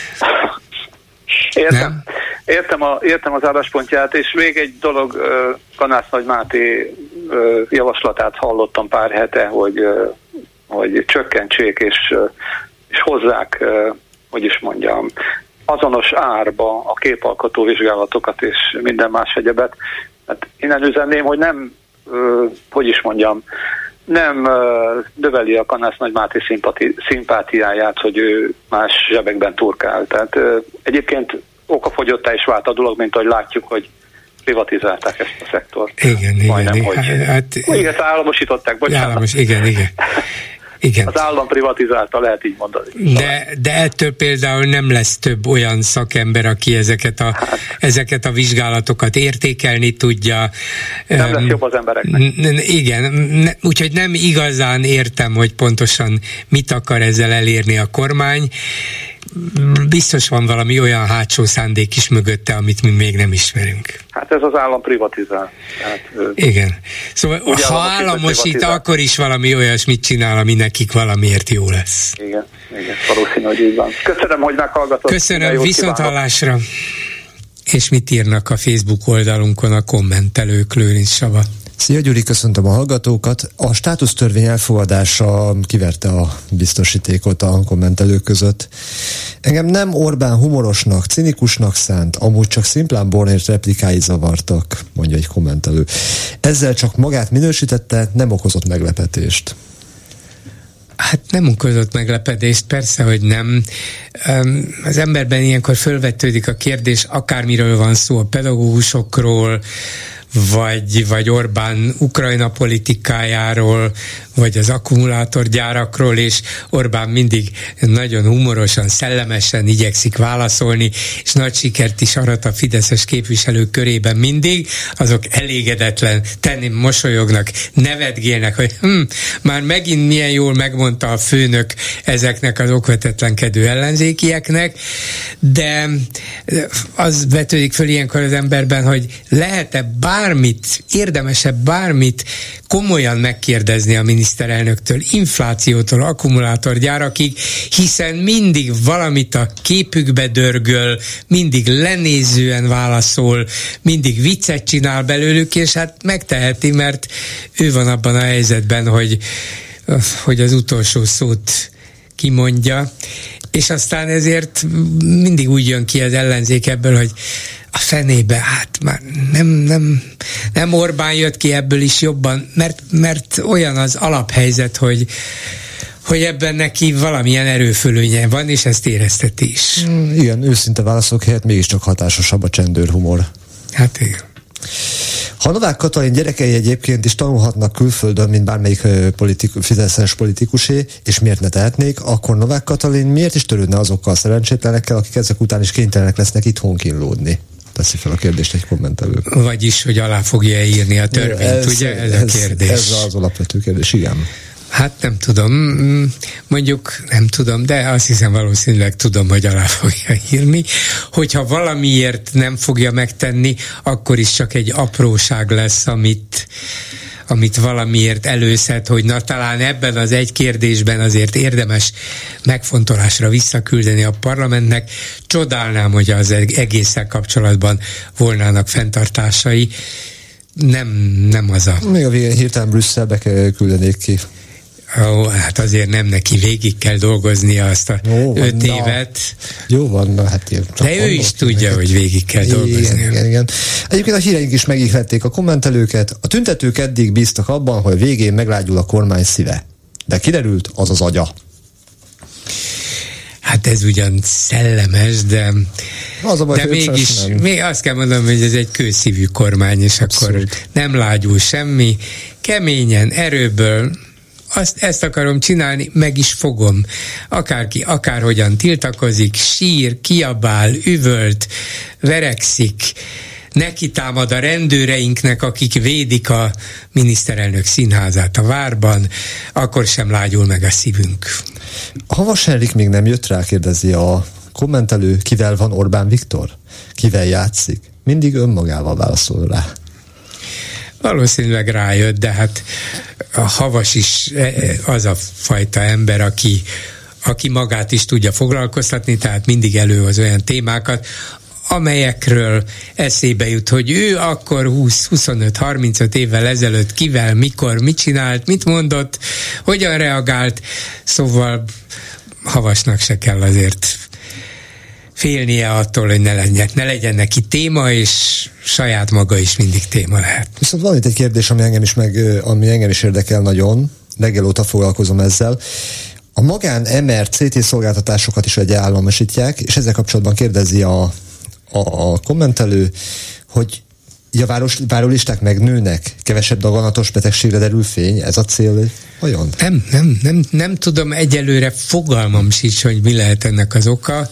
Értem az álláspontját, és még egy dolog, Kanász Nagy Máté javaslatát hallottam pár hete, hogy csökkentsék és hozzák, hogy is mondjam, azonos árba a képalkotó vizsgálatokat és minden más egyebet. Hát innen üzenném, hogy nem, hogy is mondjam, nem növeli a Kanász Nagy Máté szimpátiáját, hogy ő más zsebekben turkál. Tehát egyébként okafogyottá is vált a dolog, mint ahogy látjuk, hogy privatizálták ezt a szektort. Igen, államosították, bocsánat. Igen. Az állam privatizálta, lehet így mondani. De ettől például nem lesz több olyan szakember, aki ezeket a vizsgálatokat értékelni tudja. Nem lesz jobb az embereknek. Igen, úgyhogy nem igazán értem, hogy pontosan mit akar ezzel elérni a kormány. Biztos van valami olyan hátsó szándék is mögötte, amit mi még nem ismerünk. Hát ez az állam privatizál. Igen. Szóval ha államosít, akkor is valami olyasmit csinál, ami nekik valamiért jó lesz. Igen, valószínű, hogy így van. Köszönöm, hogy meghallgatott. Köszönöm, viszonthallásra. És mit írnak a Facebook oldalunkon a kommentelők, Lőrinc Saba? Szia Gyuri, köszöntöm a hallgatókat. A státusztörvény elfogadása kiverte a biztosítékot a kommentelők között. Engem nem Orbán humorosnak, cinikusnak szánt, amúgy csak szimplán Bornért replikái zavartak, mondja egy kommentelő. Ezzel csak magát minősítette, nem okozott meglepetést. Hát nem okozott meglepetést, persze, hogy nem. Az emberben ilyenkor fölvetődik a kérdés, akármiről van szó, a pedagógusokról, vagy Orbán Ukrajna politikájáról, vagy az akkumulátorgyárakról, és Orbán mindig nagyon humorosan, szellemesen igyekszik válaszolni, és nagy sikert is arat a fideszes képviselők körében mindig, azok elégedetlen, mosolyognak, nevetgélnek, hogy már megint milyen jól megmondta a főnök ezeknek az okvetetlenkedő ellenzékieknek, de az vetődik föl ilyenkor az emberben, hogy lehet-e bármit, érdemesebb bármit komolyan megkérdezni a miniszterelnöktől, inflációtól, akkumulátorgyárakig, hiszen mindig valamit a képükbe dörgöl, mindig lenézően válaszol, mindig viccet csinál belőlük, és hát megteheti, mert ő van abban a helyzetben, hogy az utolsó szót kimondja, és aztán ezért mindig úgy jön ki az ellenzék ebből, hogy a fenébe, hát már nem Orbán jött ki ebből is jobban, mert olyan az alaphelyzet, hogy ebben neki valamilyen erőfölénye van, és ezt érezteti is. Igen, őszinte válaszok helyett mégiscsak hatásosabb a csendőrhumor. Hát igen. Ha Novák Katalin gyerekei egyébként is tanulhatnak külföldön, mint bármelyik fideszes politikusé, és miért ne tehetnék, akkor Novák Katalin miért is törődne azokkal a szerencsétlenekkel, akik ezek után is kénytelenek lesznek itthon kínlódni? Teszi fel a kérdést egy kommentelő. Vagyis, hogy alá fogja írni a törvényt, ugye? Ez a kérdés. Ez az alapvető kérdés, igen. Hát nem tudom, nem tudom, de azt hiszem valószínűleg tudom, hogy alá fogja írni. Hogyha valamiért nem fogja megtenni, akkor is csak egy apróság lesz, amit valamiért előszed, hogy na talán ebben az egy kérdésben azért érdemes megfontolásra visszaküldeni a parlamentnek. Csodálnám, hogy az egésszel kapcsolatban volnának fenntartásai. Nem az a... Még a végén hirtelen Brüsszelbe küldenék ki. Hát azért nem neki, végig kell dolgoznia azt a 5 évet. Jó van, na hát én de ő is tudja, hogy végig kell dolgoznia. Igen. Egyébként a híreink is megihlették a kommentelőket. A tüntetők eddig bíztak abban, hogy végén meglágyul a kormány szíve. De kiderült, az az agya. Hát ez ugyan szellemes, de mégis még azt kell mondanom, hogy ez egy kőszívű kormány, és abszolút. Akkor nem lágyul semmi. Keményen, erőből ezt akarom csinálni, meg is fogom. Akárki, akárhogyan tiltakozik, sír, kiabál, üvölt, verekszik, neki támad a rendőreinknek, akik védik a miniszterelnök színházát a várban, akkor sem lágyul meg a szívünk. Havas Henrik még nem jött rá, kérdezi a kommentelő, kivel van Orbán Viktor? Kivel játszik? Mindig önmagával válaszol rá. Valószínűleg rájött, de hát a Havas is az a fajta ember, aki magát is tudja foglalkoztatni, tehát mindig előhoz olyan témákat, amelyekről eszébe jut, hogy ő akkor 20-25-35 évvel ezelőtt kivel, mikor, mit csinált, mit mondott, hogyan reagált, szóval Havasnak se kell azért félnie attól, hogy ne legyen neki téma, és saját maga is mindig téma lehet. Viszont van itt egy kérdés, ami engem is érdekel nagyon, reggel óta foglalkozom ezzel. A magán MR CT szolgáltatásokat is egy államosítják, és ezzel kapcsolatban kérdezi a kommentelő, hogy a várólisták megnőnek, kevesebb daganatos betegségre derül fény, ez a cél vajon? Nem tudom, egyelőre fogalmam sincs, hogy mi lehet ennek az oka.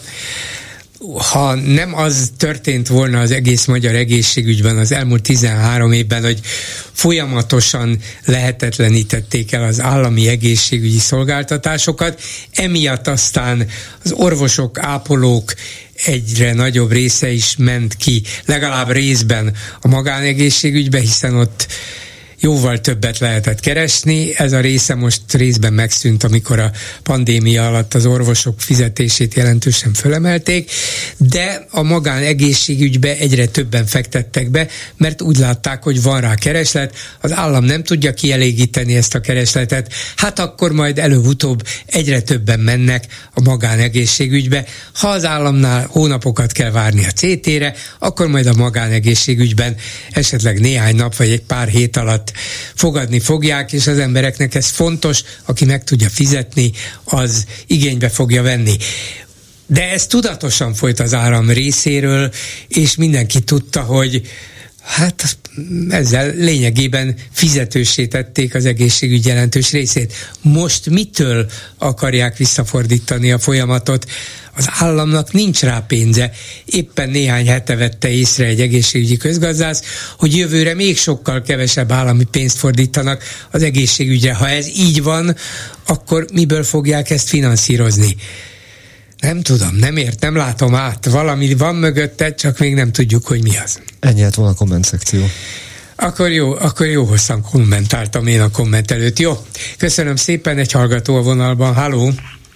Ha nem az történt volna az egész magyar egészségügyben az elmúlt 13 évben, hogy folyamatosan lehetetlenítették el az állami egészségügyi szolgáltatásokat, emiatt aztán az orvosok, ápolók egyre nagyobb része is ment ki, legalább részben a magánegészségügybe, hiszen ott jóval többet lehetett keresni. Ez a része most részben megszűnt, amikor a pandémia alatt az orvosok fizetését jelentősen fölemelték, de a magánegészségügybe egyre többen fektettek be, mert úgy látták, hogy van rá kereslet, az állam nem tudja kielégíteni ezt a keresletet, hát akkor majd előbb-utóbb egyre többen mennek a magánegészségügybe. Ha az államnál hónapokat kell várni a CT-re, akkor majd a magánegészségügyben esetleg néhány nap vagy egy pár hét alatt fogadni fogják, és az embereknek ez fontos, aki meg tudja fizetni, az igénybe fogja venni. De ez tudatosan folyt az állam részéről, és mindenki tudta, hogy hát ezzel lényegében fizetőssé tették az egészségügy jelentős részét. Most mitől akarják visszafordítani a folyamatot? Az államnak nincs rá pénze. Éppen néhány hete vette észre egy egészségügyi közgazdász, hogy jövőre még sokkal kevesebb állami pénzt fordítanak az egészségügyre. Ha ez így van, akkor miből fogják ezt finanszírozni? Nem tudom, nem látom át. Valami van mögötte, csak még nem tudjuk, hogy mi az. Ennyi lett volna a komment szekció. Akkor jó hosszan kommentáltam én a kommentelőt. Jó, köszönöm szépen, egy hallgató a vonalban. Halló!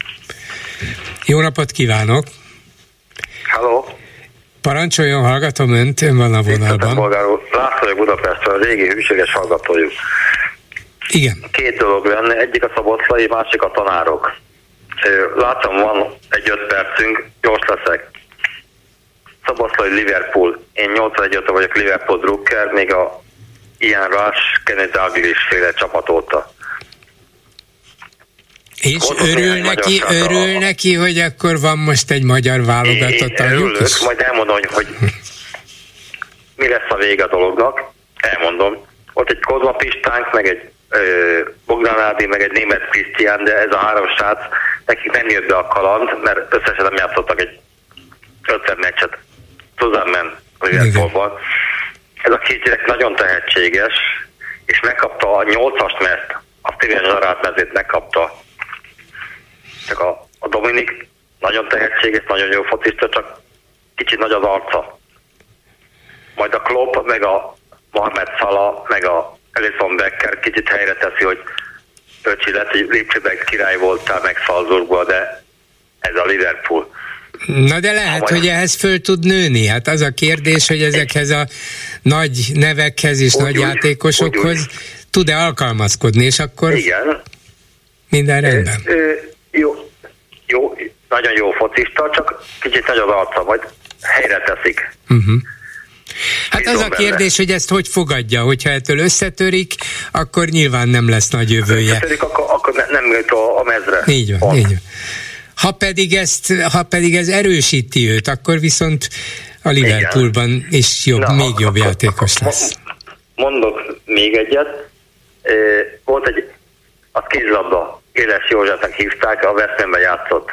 Jó napot kívánok! Halló! Parancsoljon, hallgatom önt, ön van a vonalban. László vagyok Budapestről, a régi hűséges hallgatójuk. Igen. Két dolog lenne, egyik a szabadszlai, másik a tanárok. Látom, van egy 5 percünk, gyors leszek. Szabadszlai Liverpool. Én 81 óta vagyok Liverpool drukker, még a Ian Rush, Kenny Dalglish féle csapat óta. És örül neki, hogy akkor van most egy magyar válogatott tagjuk is? Majd elmondom, hogy mi lesz a vége a dolognak. Elmondom. Ott egy Kozma Pistánk, meg egy Bogdan Ádi, meg egy német Krisztián, de ez a 3 srác, nekik nem jött be a kaland, mert összesen nem játszottak egy 50 meccset Tuzanmen Liverpoolban. Ez a két gyerek nagyon tehetséges, és megkapta a 8-ast mezt, a Steven Gerrard mezét megkapta. Csak a Dominik nagyon tehetséges, nagyon jó focista, csak kicsit nagy az arca. Majd a Klopp, meg a Mohamed Salah, meg a Alisson Becker kicsit helyre teszi, hogy öcsi lett, hogy Lipcsében király voltál meg Salzburgban, de ez a Liverpool. Na de lehet, hogy ehhez föl tud nőni. Hát az a kérdés, hogy ezekhez a nagy nevekhez és nagy játékosokhoz tud-e alkalmazkodni, és akkor igen. Minden rendben. Jó, nagyon jó focista, csak kicsit nagy az arca, majd helyre teszik. Hát az a kérdés, hogy ezt hogy fogadja, hogyha ettől összetörik, akkor nyilván nem lesz nagy jövője. Összetörik, akkor nem jött a mezre. Így van. Ha pedig ez erősíti őt, akkor viszont a Liverpoolban is még jobb játékos lesz. Mondok még egyet. Volt egy az kézlabda. Éles Józsefnek hívták, a Veszprémben játszott.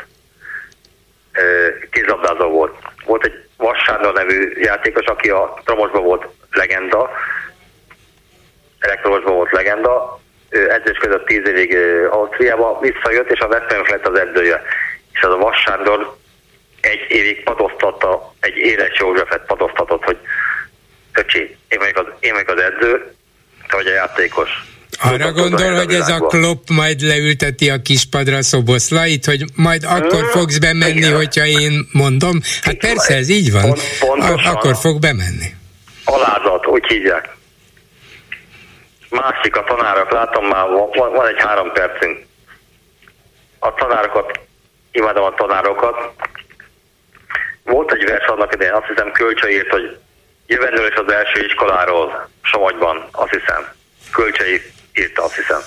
Kézlabdázó volt. Volt egy Vas Sándor nevű játékos, aki a Tromosban volt legenda, elektromosban volt legenda, edzés között 10 évig Ausztriába visszajött, és a Veszprémnek lett az edzője. És az a Vas Sándor egy évig padoztatta, egy Éles Józsefet padoztatott, hogy öcsi, én vagyok az edző, te vagy a játékos. Arra gondol, hogy ez a Klopp majd leülteti a kispadra Szoboszlait, hogy majd akkor fogsz bemenni, igen, hogyha én mondom? Hát így persze, ez így van. Akkor fog bemenni. Alázat, úgy hívják. Másik a tanárok, látom már, van egy 3 percünk. A tanárokat, imádom a tanárokat. Volt egy vers annak idején, azt hiszem Kölcsei írt, hogy jövendőlés az első iskoláról, Somogyban, azt hiszem. Kölcsei írta, azt hiszem.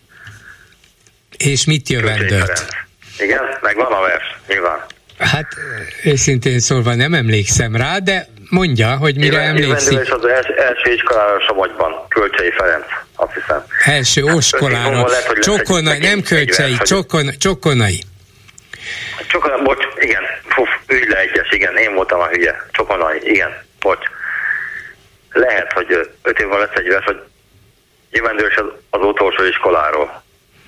És mit jövendőlt? Igen, meg van a vers, nyilván. Hát őszintén szólva nem emlékszem rá, de mondja, hogy mire emlékszik. Jövendőlés az első iskoláról Somogyban, Kölcsei Ferenc, azt hiszem. Első oskoláról. Csokonai, nem Kölcsei, Csokonai. Csokonai, bocs, igen, ülj le egyes, igen, én voltam a hülye. Csokonai, igen, bocs. Lehet, hogy 5 évvel lesz egy vers, hogy jövendőlés az utolsó iskoláról.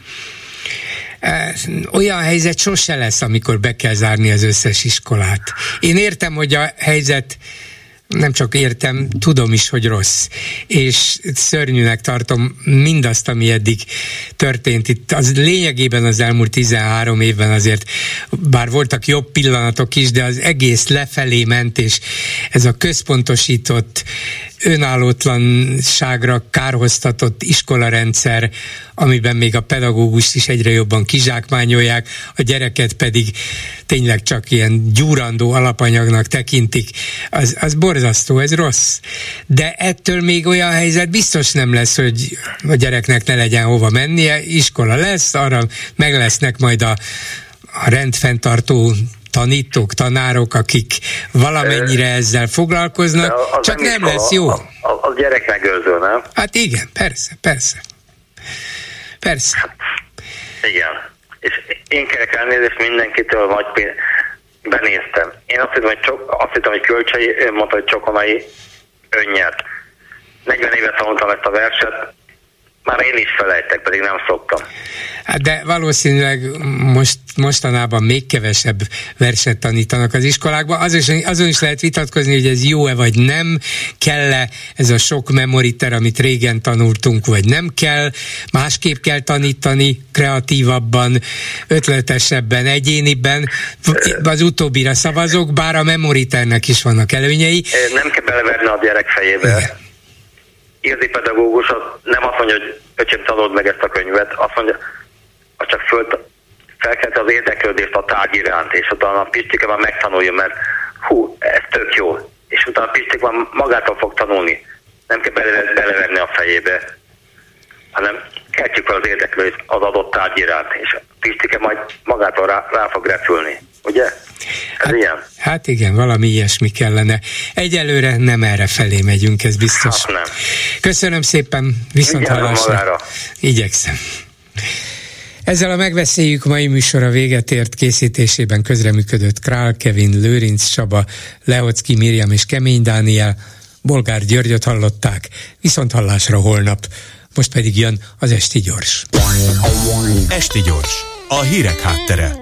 Olyan helyzet sose lesz, amikor be kell zárni az összes iskolát. Én értem, hogy a helyzet, nem csak értem, tudom is, hogy rossz. És szörnyűnek tartom mindazt, ami eddig történt itt. Az lényegében az elmúlt 13 évben azért, bár voltak jobb pillanatok is, de az egész lefelé ment, és ez a központosított, önállótlanságra kárhoztatott iskolarendszer, amiben még a pedagógust is egyre jobban kizsákmányolják, a gyereket pedig tényleg csak ilyen gyúrandó alapanyagnak tekintik, az borzasztó, ez rossz. De ettől még olyan helyzet biztos nem lesz, hogy a gyereknek ne legyen hova mennie, iskola lesz, arra meg lesznek majd a rendfenntartó tanítók, tanárok, akik valamennyire ezzel foglalkoznak, csak nem lesz jó. A gyerek megőrző, nem? Hát igen, persze. Igen. És én kérek elnézést mindenkitől, vagy benéztem. Én azt hittem, hogy Kölcsei, ő mondta, hogy Csokonai önnyert. 40 évet tanultam ezt a verset, már én is felejtek, pedig nem szoktam. Hát de valószínűleg mostanában még kevesebb verset tanítanak az iskolákban. Azon is lehet vitatkozni, hogy ez jó-e vagy nem, kell-e ez a sok memoriter, amit régen tanultunk, vagy nem kell, másképp kell tanítani, kreatívabban, ötletesebben, egyéniben. Az utóbbira szavazok, bár a memoriternek is vannak előnyei. Nem kell beleverni a gyerek fejébe. Igen. Igazi pedagógus nem azt mondja, hogy öcsém, tanuld meg ezt a könyvet, azt mondja, hogy csak felkelte az érdeklődést a tárgy iránt, és utána a Pistike már megtanulja, mert ez tök jó. És utána a Pistike már magától fog tanulni. Nem kell beleverni a fejébe, hanem keltjük fel az érdeklődést az adott tárgy iránt, és a Pistike majd magától rá fog repülni. Ugye? Ez ilyen? Hát igen, valami ilyesmi kellene. Egyelőre nem erre felé megyünk, ez biztos. Hát nem. Köszönöm szépen, viszonthallásra. Igyekszem. Ezzel a Megbeszéljük mai műsora véget ért, készítésében közreműködött Král Kevin, Lőrinc Csaba, Leocki Miriam és Kemény Dániel, Bolgár Györgyöt hallották, viszonthallásra holnap. Most pedig jön az Esti Gyors. Esti Gyors, a hírek háttere.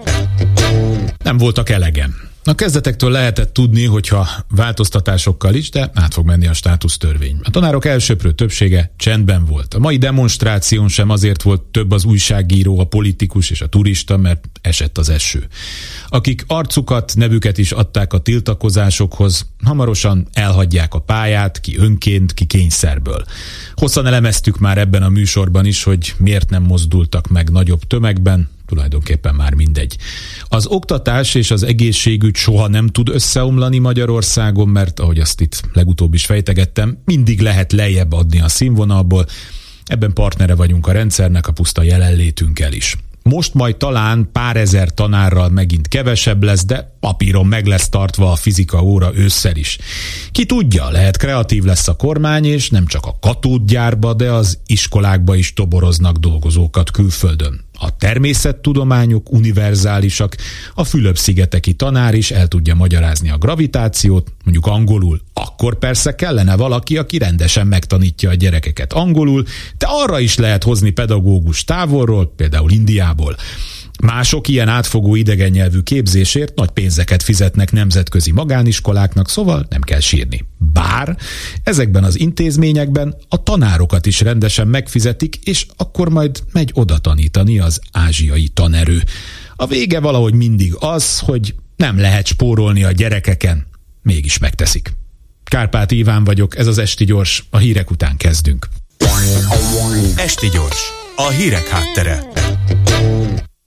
Nem voltak elegem. A kezdetektől lehetett tudni, hogyha változtatásokkal is, de át fog menni a státusztörvény. A tanárok elsöprő többsége csendben volt. A mai demonstráción sem azért volt több az újságíró, a politikus és a turista, mert esett az eső. Akik arcukat, nevüket is adták a tiltakozásokhoz, hamarosan elhagyják a pályát, ki önként, ki kényszerből. Hosszan elemeztük már ebben a műsorban is, hogy miért nem mozdultak meg nagyobb tömegben, tulajdonképpen már mindegy. Az oktatás és az egészségügy soha nem tud összeomlani Magyarországon, mert ahogy azt itt legutóbb is fejtegettem, mindig lehet lejjebb adni a színvonalból. Ebben partnere vagyunk a rendszernek, a puszta jelenlétünkkel is. Most majd talán pár ezer tanárral megint kevesebb lesz, de papíron meg lesz tartva a fizika óra ősszel is. Ki tudja, lehet kreatív lesz a kormány, és nem csak a katódgyárba, de az iskolákba is toboroznak dolgozókat külföldön. A természettudományok univerzálisak, a Fülöp-szigeteki tanár is el tudja magyarázni a gravitációt, mondjuk angolul. Akkor persze kellene valaki, aki rendesen megtanítja a gyerekeket angolul, de arra is lehet hozni pedagógus távolról, például Indiából. Mások ilyen átfogó idegen nyelvű képzésért nagy pénzeket fizetnek nemzetközi magániskoláknak, szóval nem kell sírni. Bár ezekben az intézményekben a tanárokat is rendesen megfizetik, és akkor majd megy oda tanítani az ázsiai tanerő. A vége valahogy mindig az, hogy nem lehet spórolni a gyerekeken, mégis megteszik. Kárpáti Iván vagyok, ez az Esti Gyors, a hírek után kezdünk. Esti Gyors, a hírek háttere.